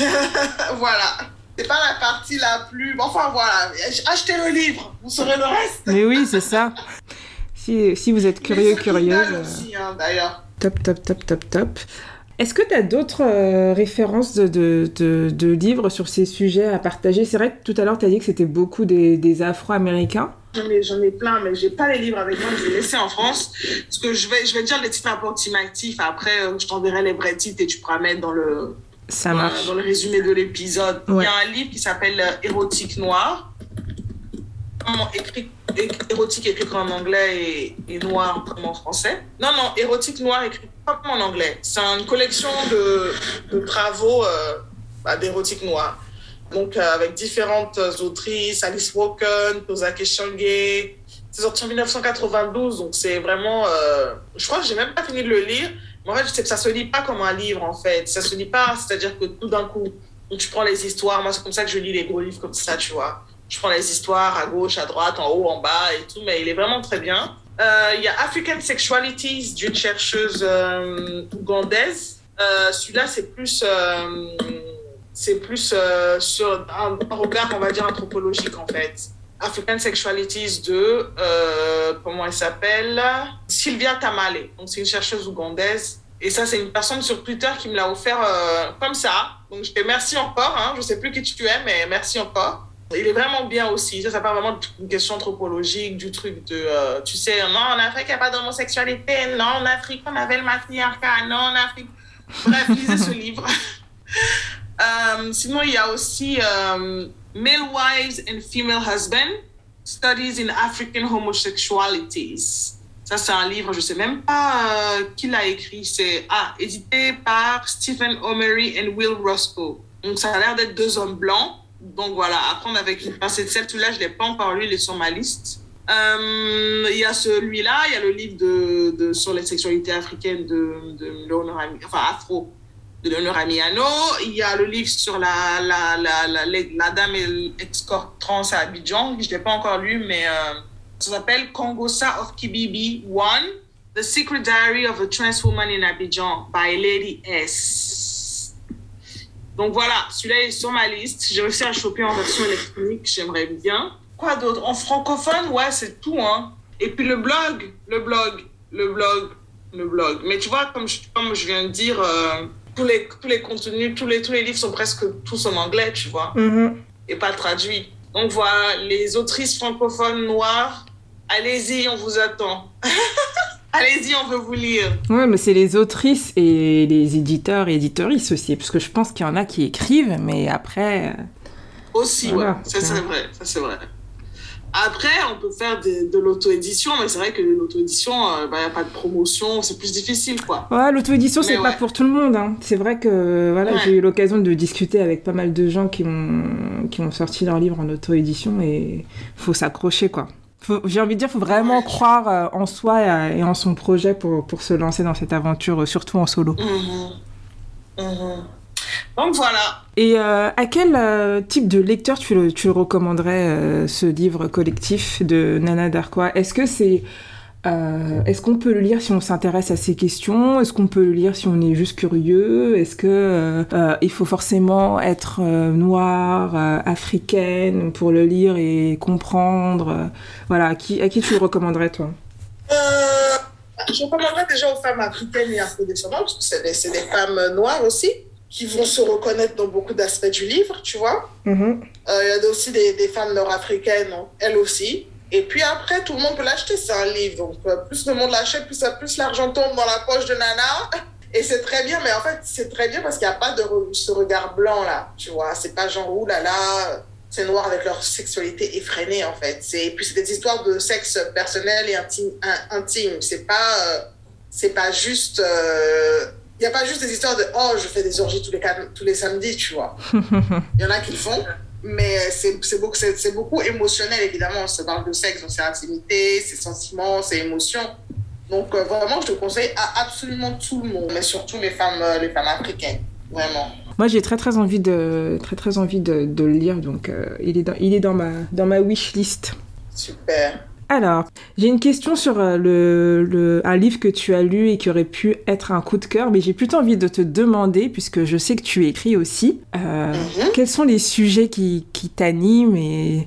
Voilà. C'est pas la partie la plus... Enfin, voilà. Achetez le livre, vous saurez le reste. Mais oui, c'est ça. Si vous êtes curieuse. Aussi, hein, d'ailleurs. Top. Est-ce que tu as d'autres références de livres sur ces sujets à partager? C'est vrai que tout à l'heure, tu as dit que c'était beaucoup des Afro-Américains. J'en ai plein, mais j'ai pas les livres avec moi, je les ai laissés en France. Parce que je vais dire les titres approximatifs. Après, je t'enverrai les vrais titres et tu pourras mettre dans le résumé de l'épisode. Ouais. Il y a un livre qui s'appelle Érotique noir. Érotique écrit comme en anglais et noir comme en français. Non, érotique noir écrit comme en anglais. C'est une collection de travaux d'érotique noir. Donc, avec différentes autrices, Alice Walken, Tozake Shange. C'est sorti en 1992, donc c'est vraiment... je crois que j'ai même pas fini de le lire. Mais en fait, je sais que ça se lit pas comme un livre, en fait. Ça se lit pas, c'est-à-dire que tout d'un coup, tu prends les histoires. Moi, c'est comme ça que je lis les gros livres comme ça, tu vois. Je prends les histoires à gauche, à droite, en haut, en bas et tout, mais il est vraiment très bien. Il y a African Sexualities d'une chercheuse ougandaise. Celui-là, c'est plus sur un regard, on va dire, anthropologique, en fait. African Sexualities de, comment elle s'appelle? Sylvia Tamale. Donc, c'est une chercheuse ougandaise. Et ça, c'est une personne sur Twitter qui me l'a offert comme ça. Donc, je te remercie encore. Hein. Je ne sais plus qui tu es, mais merci encore. Il est vraiment bien aussi. Ça parle vraiment d'une question anthropologique, du truc de... tu sais, non, en Afrique, il n'y a pas d'homosexualité. Non, en Afrique, on avait le matriarcat. Non, en Afrique... Bref, lisez ce livre. Sinon, il y a aussi Male Wives and Female Husbands, Studies in African Homosexualities. Ça, c'est un livre, je ne sais même pas qui l'a écrit. C'est édité par Stephen Omery et Will Roscoe. Donc, ça a l'air d'être 2 hommes blancs. Donc voilà, à prendre avec une pincée de sel. Celui-là, je ne l'ai pas encore lu, il est sur ma liste. Il y a celui-là, il y a le livre sur les sexualités africaines de Léonore Afro de Léonore Amiano. Il y a le livre sur la dame et l'escorte trans à Abidjan, que je ne l'ai pas encore lu, mais ça s'appelle Kongosa of Kibibi 1, The Secret Diary of a Trans Woman in Abidjan by Lady S. Donc voilà, celui-là est sur ma liste. J'ai réussi à le choper en version électronique, j'aimerais bien. Quoi d'autre? En francophone, ouais, c'est tout, hein. Et puis le blog. Mais tu vois, comme je viens de dire, tous les contenus, tous les livres sont presque tous en anglais, tu vois, et pas traduits. Donc voilà, les autrices francophones noires, allez-y, on vous attend. Allez-y, on veut vous lire. Ouais, mais c'est les autrices et les éditeurs et éditorices aussi, parce que je pense qu'il y en a qui écrivent, mais après... Aussi, voilà, ouais, ça c'est vrai. Après, on peut faire de l'auto-édition, mais c'est vrai que l'auto-édition, y a pas de promotion, c'est plus difficile, quoi. Ouais, l'auto-édition, c'est pas pour tout le monde, hein. C'est vrai que j'ai eu l'occasion de discuter avec pas mal de gens qui ont sorti leurs livres en auto-édition et faut s'accrocher, quoi. J'ai envie de dire, faut vraiment croire en soi et en son projet pour se lancer dans cette aventure, surtout en solo. Donc voilà. Et à quel type de lecteur tu le recommanderais, ce livre collectif de Nana Darkoa? Est-ce qu'on peut le lire si on s'intéresse à ces questions? Est-ce qu'on peut le lire si on est juste curieux? Est-ce que il faut forcément être noire, africaine pour le lire et comprendre? Voilà, à qui tu le recommanderais, toi? Je recommanderais déjà aux femmes africaines et afrodescendantes, parce que c'est des femmes noires aussi, qui vont se reconnaître dans beaucoup d'aspects du livre, tu vois. Il y a aussi des femmes nord-africaines, elles aussi. Et puis après, tout le monde peut l'acheter, c'est un livre. Donc, plus le monde l'achète, plus l'argent tombe dans la poche de Nana. Et c'est très bien, mais en fait, c'est très bien parce qu'il n'y a pas de ce regard blanc, là, tu vois. C'est pas genre, oulala, c'est noir avec leur sexualité effrénée, en fait. Et puis, c'est des histoires de sexe personnel et intime. C'est pas juste... Il n'y a pas juste des histoires de « Oh, je fais des orgies tous les samedis », tu vois. Il y en a qui le font, mais c'est beaucoup émotionnel, évidemment. On se parle de sexe, donc c'est intimité, c'est sentiments, c'est émotion. Donc, vraiment, je te conseille à absolument tout le monde, mais surtout les femmes africaines, vraiment. Moi, j'ai très envie de le lire, donc il est dans ma wish list. Super. Alors, j'ai une question sur un livre que tu as lu et qui aurait pu être un coup de cœur, mais j'ai plutôt envie de te demander, puisque je sais que tu écris aussi, quels sont les sujets qui t'animent et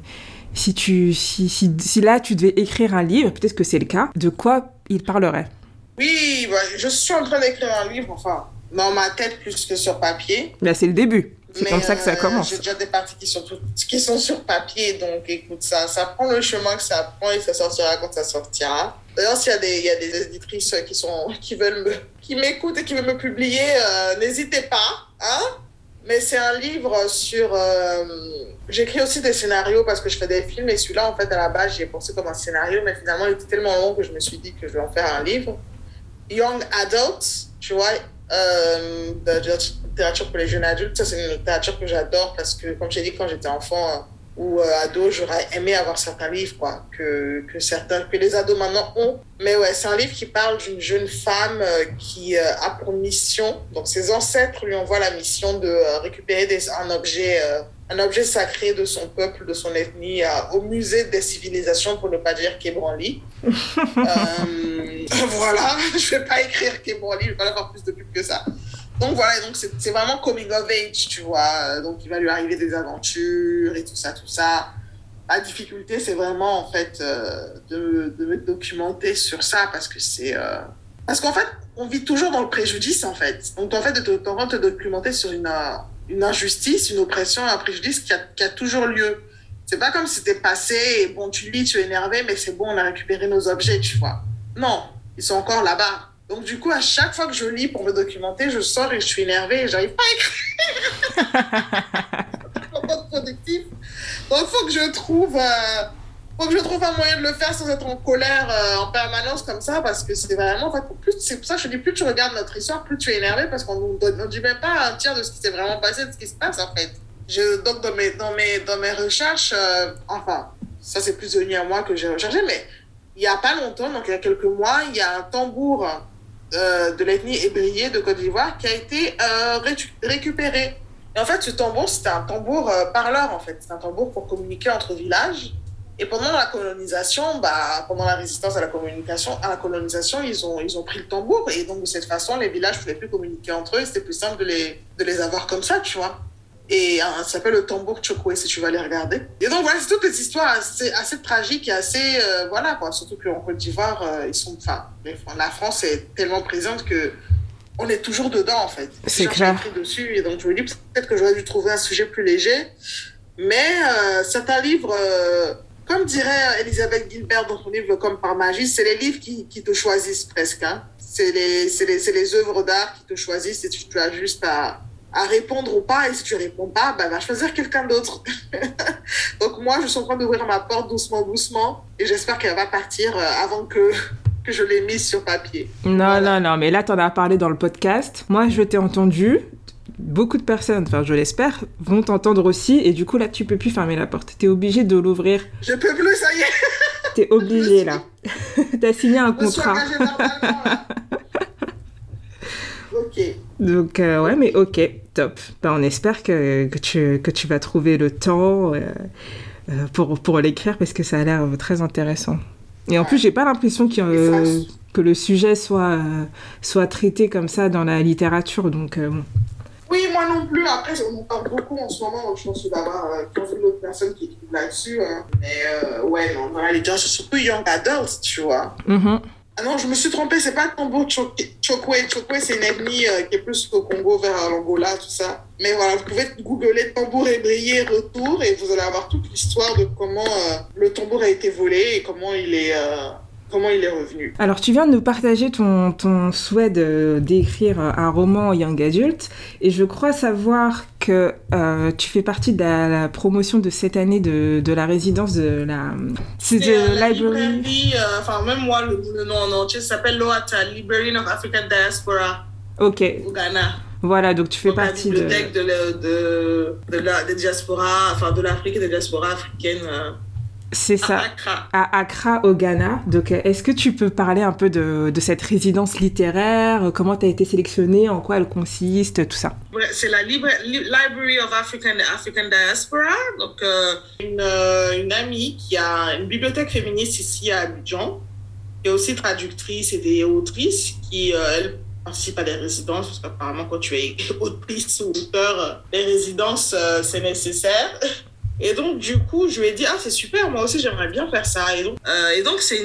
si là tu devais écrire un livre, peut-être que c'est le cas, de quoi il parlerait? Oui, je suis en train d'écrire un livre, enfin, dans ma tête plus que sur papier. Là, c'est le début. C'est comme ça que ça commence. J'ai déjà des parties qui sont sur papier, donc écoute, ça prend le chemin que ça prend et ça sortira quand ça sortira. D'ailleurs, s'il y a des éditrices qui m'écoutent et qui veulent me publier, n'hésitez pas, hein. Mais c'est un livre sur... J'écris aussi des scénarios parce que je fais des films et celui-là, en fait, à la base, j'y ai pensé comme un scénario, mais finalement, il était tellement long que je me suis dit que je vais en faire un livre. Young Adults, tu vois, de littérature pour les jeunes adultes. Ça, c'est une littérature que j'adore parce que, comme j'ai dit, quand j'étais enfant ou ado, j'aurais aimé avoir certains livres, quoi, que les ados maintenant ont. Mais ouais, c'est un livre qui parle d'une jeune femme qui a pour mission, donc ses ancêtres lui envoient la mission de récupérer un objet sacré de son peuple, de son ethnie, au musée des civilisations, pour ne pas dire Kébranli. Voilà, je vais pas écrire Kébranli, je vais pas avoir plus de pub que ça. Donc voilà, donc c'est vraiment coming of age, tu vois. Donc il va lui arriver des aventures et tout ça. La difficulté, c'est vraiment en fait de me documenter sur ça parce qu'en fait, on vit toujours dans le préjudice en fait. Donc en fait, de te documenter sur une injustice, une oppression, un préjudice qui a toujours lieu. C'est pas comme si c'était passé et bon, tu lis, tu es énervé, mais c'est bon, on a récupéré nos objets, tu vois. Non, ils sont encore là-bas. Donc, du coup, à chaque fois que je lis pour me documenter, je sors et je suis énervée et j'arrive pas à écrire. C'est productif. Donc, il faut que je trouve un moyen de le faire sans être en colère en permanence comme ça, parce que c'est vraiment, en fait, c'est pour ça que je dis, plus tu regardes notre histoire, plus tu es énervé, parce qu'on ne dit même pas un tiers de ce qui s'est vraiment passé, de ce qui se passe, en fait. Donc, dans mes recherches, enfin, ça c'est plus devenu à moi que j'ai recherché, mais il n'y a pas longtemps, donc il y a quelques mois, il y a un tambour de l'ethnie ébriée de Côte d'Ivoire qui a été récupéré. Et en fait, ce tambour, c'était un tambour parleur, en fait. C'est un tambour pour communiquer entre villages. Et pendant la colonisation, pendant la résistance à la colonisation, ils ont pris le tambour. Et donc, de cette façon, les villages ne pouvaient plus communiquer entre eux. C'était plus simple de les avoir comme ça, tu vois. Et ça s'appelle le tambour Chokwe, si tu vas les regarder. Et donc, voilà, c'est toutes les histoires assez tragiques et assez... voilà, quoi. Surtout qu'en Côte d'Ivoire, la France est tellement présente que on est toujours dedans, en fait. C'est clair. J'ai écrit dessus. Et donc, je me dis peut-être que j'aurais dû trouver un sujet plus léger. Mais certains livres... comme dirait Elisabeth Gilbert dans son livre Comme par magie, c'est les livres qui te choisissent presque. Hein. C'est les œuvres d'art qui te choisissent et tu as juste à répondre ou pas. Et si tu réponds pas, va choisir quelqu'un d'autre. Donc moi, je suis en train d'ouvrir ma porte doucement et j'espère qu'elle va partir avant que je l'ai mise sur papier. Non, mais là, t'en as parlé dans le podcast. Moi, je t'ai entendu. Beaucoup de personnes, enfin je l'espère, vont t'entendre aussi et du coup là tu peux plus fermer la porte, t'es obligé de l'ouvrir. Je peux plus, ça y est. T'es obligé là. T'as signé un contrat. Je suis engagée verbalement, là. Ok. Donc ouais, mais ok, top. On espère que tu vas trouver le temps pour l'écrire parce que ça a l'air très intéressant. Et en plus j'ai pas l'impression que le sujet soit traité comme ça dans la littérature, donc bon. Oui, moi non plus. Après, on en parle beaucoup en ce moment. Donc je pense d'avoir 15 000 autres personnes qui écrivent là-dessus. Hein. Mais ouais, non, dans la littérature, surtout young adults, tu vois. Mm-hmm. Ah non, je me suis trompée. C'est pas Tambour Chokwe. Chokwe, c'est une ethnie qui est plus au Congo, vers l'Angola, tout ça. Mais voilà, vous pouvez googler tambour ébrayé retour et vous allez avoir toute l'histoire de comment le tambour a été volé et comment il est revenu. Alors, tu viens de nous partager ton souhait d'écrire un roman young adult et je crois savoir que tu fais partie de la promotion de cette année de la résidence de la... C'est de la librairie, même moi, le nom en entier s'appelle LOATA, Library of African Diaspora. Ok. Au Ghana. Voilà, donc tu fais partie de... La bibliothèque des diasporas, de l'Afrique et des diasporas africaines... C'est ça, à Accra, au Ghana. Donc, est-ce que tu peux parler un peu de cette résidence littéraire, comment tu as été sélectionnée, en quoi elle consiste, tout ça? Ouais, c'est la Library of African Diaspora, donc une amie qui a une bibliothèque féministe ici à Abidjan, qui est aussi traductrice et autrice, qui elle participe à des résidences, parce qu'apparemment quand tu es autrice ou auteur, les résidences c'est nécessaire. Et donc, du coup, je lui ai dit, c'est super, moi aussi, j'aimerais bien faire ça. Et donc c'est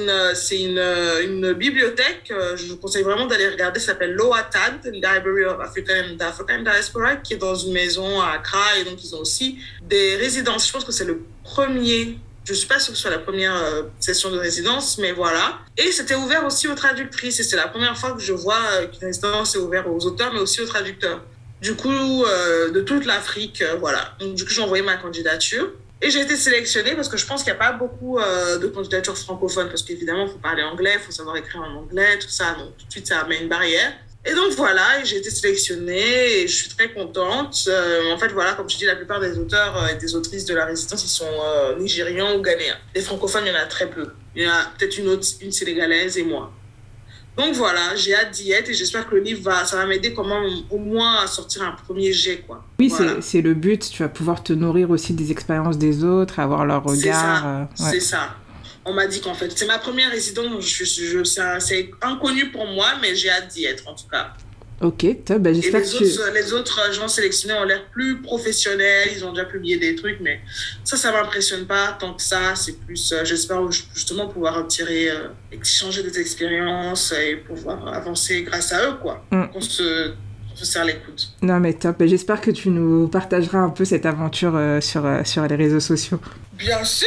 une bibliothèque, je vous conseille vraiment d'aller regarder, ça s'appelle LOATAD, Library of African Diaspora, qui est dans une maison à Accra. Et donc, ils ont aussi des résidences. Je pense que c'est le premier, je ne suis pas sûre que ce soit la première session de résidence, mais voilà. Et c'était ouvert aussi aux traductrices. Et c'est la première fois que je vois qu'une résidence est ouverte aux auteurs, mais aussi aux traducteurs. Du coup, de toute l'Afrique, voilà. Donc, du coup, j'ai envoyé ma candidature. Et j'ai été sélectionnée parce que je pense qu'il n'y a pas beaucoup de candidatures francophones. Parce qu'évidemment, il faut parler anglais, il faut savoir écrire en anglais, tout ça. Donc, tout de suite, ça met une barrière. Et donc, voilà, j'ai été sélectionnée et je suis très contente. En fait, voilà, comme je dis, la plupart des auteurs et des autrices de la résidence, ils sont nigérians ou ghanéens. Les francophones, il y en a très peu. Il y en a peut-être une sénégalaise et moi. Donc voilà, j'ai hâte d'y être et j'espère que le livre ça va m'aider au moins à sortir un premier jet, quoi. Oui, voilà. c'est le but, tu vas pouvoir te nourrir aussi des expériences des autres, avoir leur regard. C'est ça. On m'a dit qu'en fait, c'est ma première résidence, c'est inconnu pour moi, mais j'ai hâte d'y être en tout cas. Ok, top, j'espère que les autres gens sélectionnés ont l'air plus professionnels, ils ont déjà publié des trucs, mais ça m'impressionne pas tant que ça. C'est plus, j'espère justement pouvoir échanger des expériences et pouvoir avancer grâce à eux, quoi. Qu'on se serre les coudes. Non mais top, j'espère que tu nous partageras un peu cette aventure sur les réseaux sociaux. Bien sûr.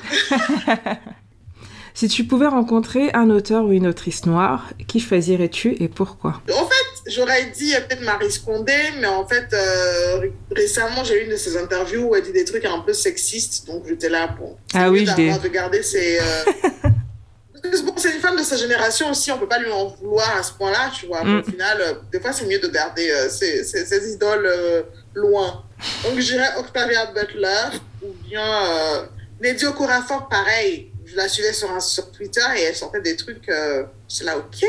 Si tu pouvais rencontrer un auteur ou une autrice noire, qui choisirais-tu et pourquoi? En fait, j'aurais dit peut-être Marie Scondé, mais en fait, récemment, j'ai eu une de ses interviews où elle dit des trucs un peu sexistes, donc j'étais là pour... de garder ses... Bon, c'est une femme de sa génération aussi, on peut pas lui en vouloir à ce point-là, tu vois. Mais au final, des fois, c'est mieux de garder ses idoles loin. Donc, je dirais Octavia Butler, ou bien Nnedi Okorafor, pareil. Je la suivais sur Twitter et elle sortait des trucs, c'est là, ok.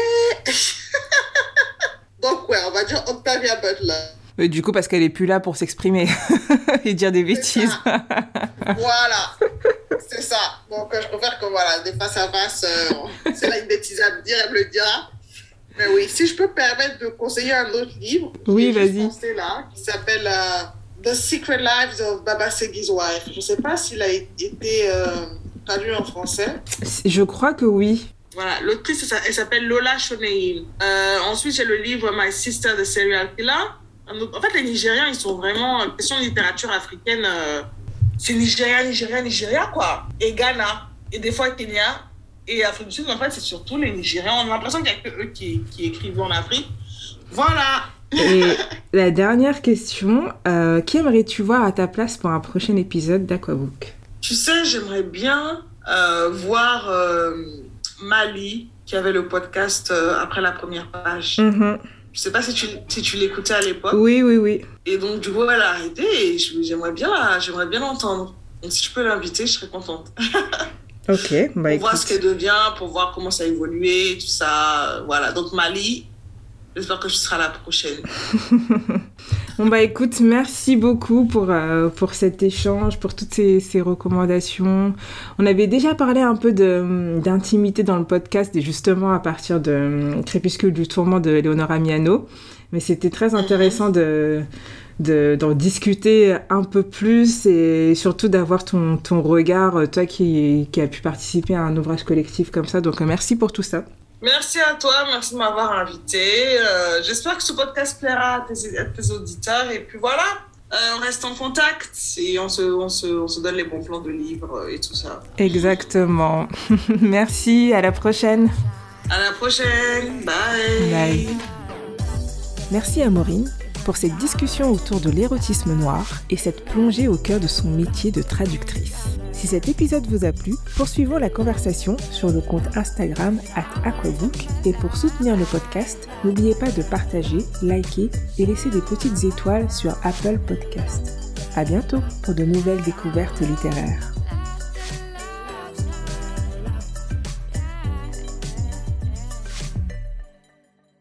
Donc, ouais, on va dire Octavia Butler. Et du coup, parce qu'elle est plus là pour s'exprimer et dire des bêtises. Voilà, c'est ça. Donc, faire comme voilà, des face à face. C'est là une bêtise à me dire, elle me le dira. Mais oui, si je peux me permettre de conseiller un autre livre, oui, vas-y. Là, qui s'appelle The Secret Lives of Baba Segui's Wife. Je ne sais pas s'il a été traduit en français. Je crois que oui. Voilà, l'autrice, elle s'appelle Lola Shoneyin. Ensuite, j'ai le livre My Sister, the Serial Killer. En fait, les Nigérians, ils sont vraiment... question de littérature africaine, c'est Nigeria, quoi. Et Ghana, et des fois Kenya, et Afrique du Sud. En fait, c'est surtout les Nigérians. On a l'impression qu'il n'y a que eux qui écrivent en Afrique. Voilà. Et la dernière question, qui aimerais-tu voir à ta place pour un prochain épisode d'Aquabook? Tu sais, j'aimerais bien voir Mali, qui avait le podcast Après la première page. Mm-hmm. Je sais pas si tu l'écoutais à l'époque. Oui. Et donc, du coup, elle a arrêté et j'aimerais bien l'entendre. Donc, si tu peux l'inviter, je serais contente. Ok, bah pour voir ce qu'elle devient, pour voir comment ça a évolué, tout ça. Voilà, donc Mali, j'espère que tu seras la prochaine. Bon bah écoute, merci beaucoup pour cet échange, pour toutes ces recommandations. On avait déjà parlé un peu d'intimité dans le podcast et justement à partir de Crépuscule du tourment de Eleonora Miano. Mais c'était très intéressant d'en discuter un peu plus et surtout d'avoir ton regard, toi qui a pu participer à un ouvrage collectif comme ça. Donc merci pour tout ça. Merci à toi, merci de m'avoir invité. J'espère que ce podcast plaira à tes auditeurs. Et puis voilà, on reste en contact et on se donne les bons plans de livres et tout ça. Exactement. Merci, à la prochaine. À la prochaine, bye. Bye. Merci à Maureen pour cette discussion autour de l'érotisme noir et cette plongée au cœur de son métier de traductrice. Si cet épisode vous a plu, poursuivons la conversation sur le compte Instagram @aquabook et pour soutenir le podcast, n'oubliez pas de partager, liker et laisser des petites étoiles sur Apple Podcast. À bientôt pour de nouvelles découvertes littéraires.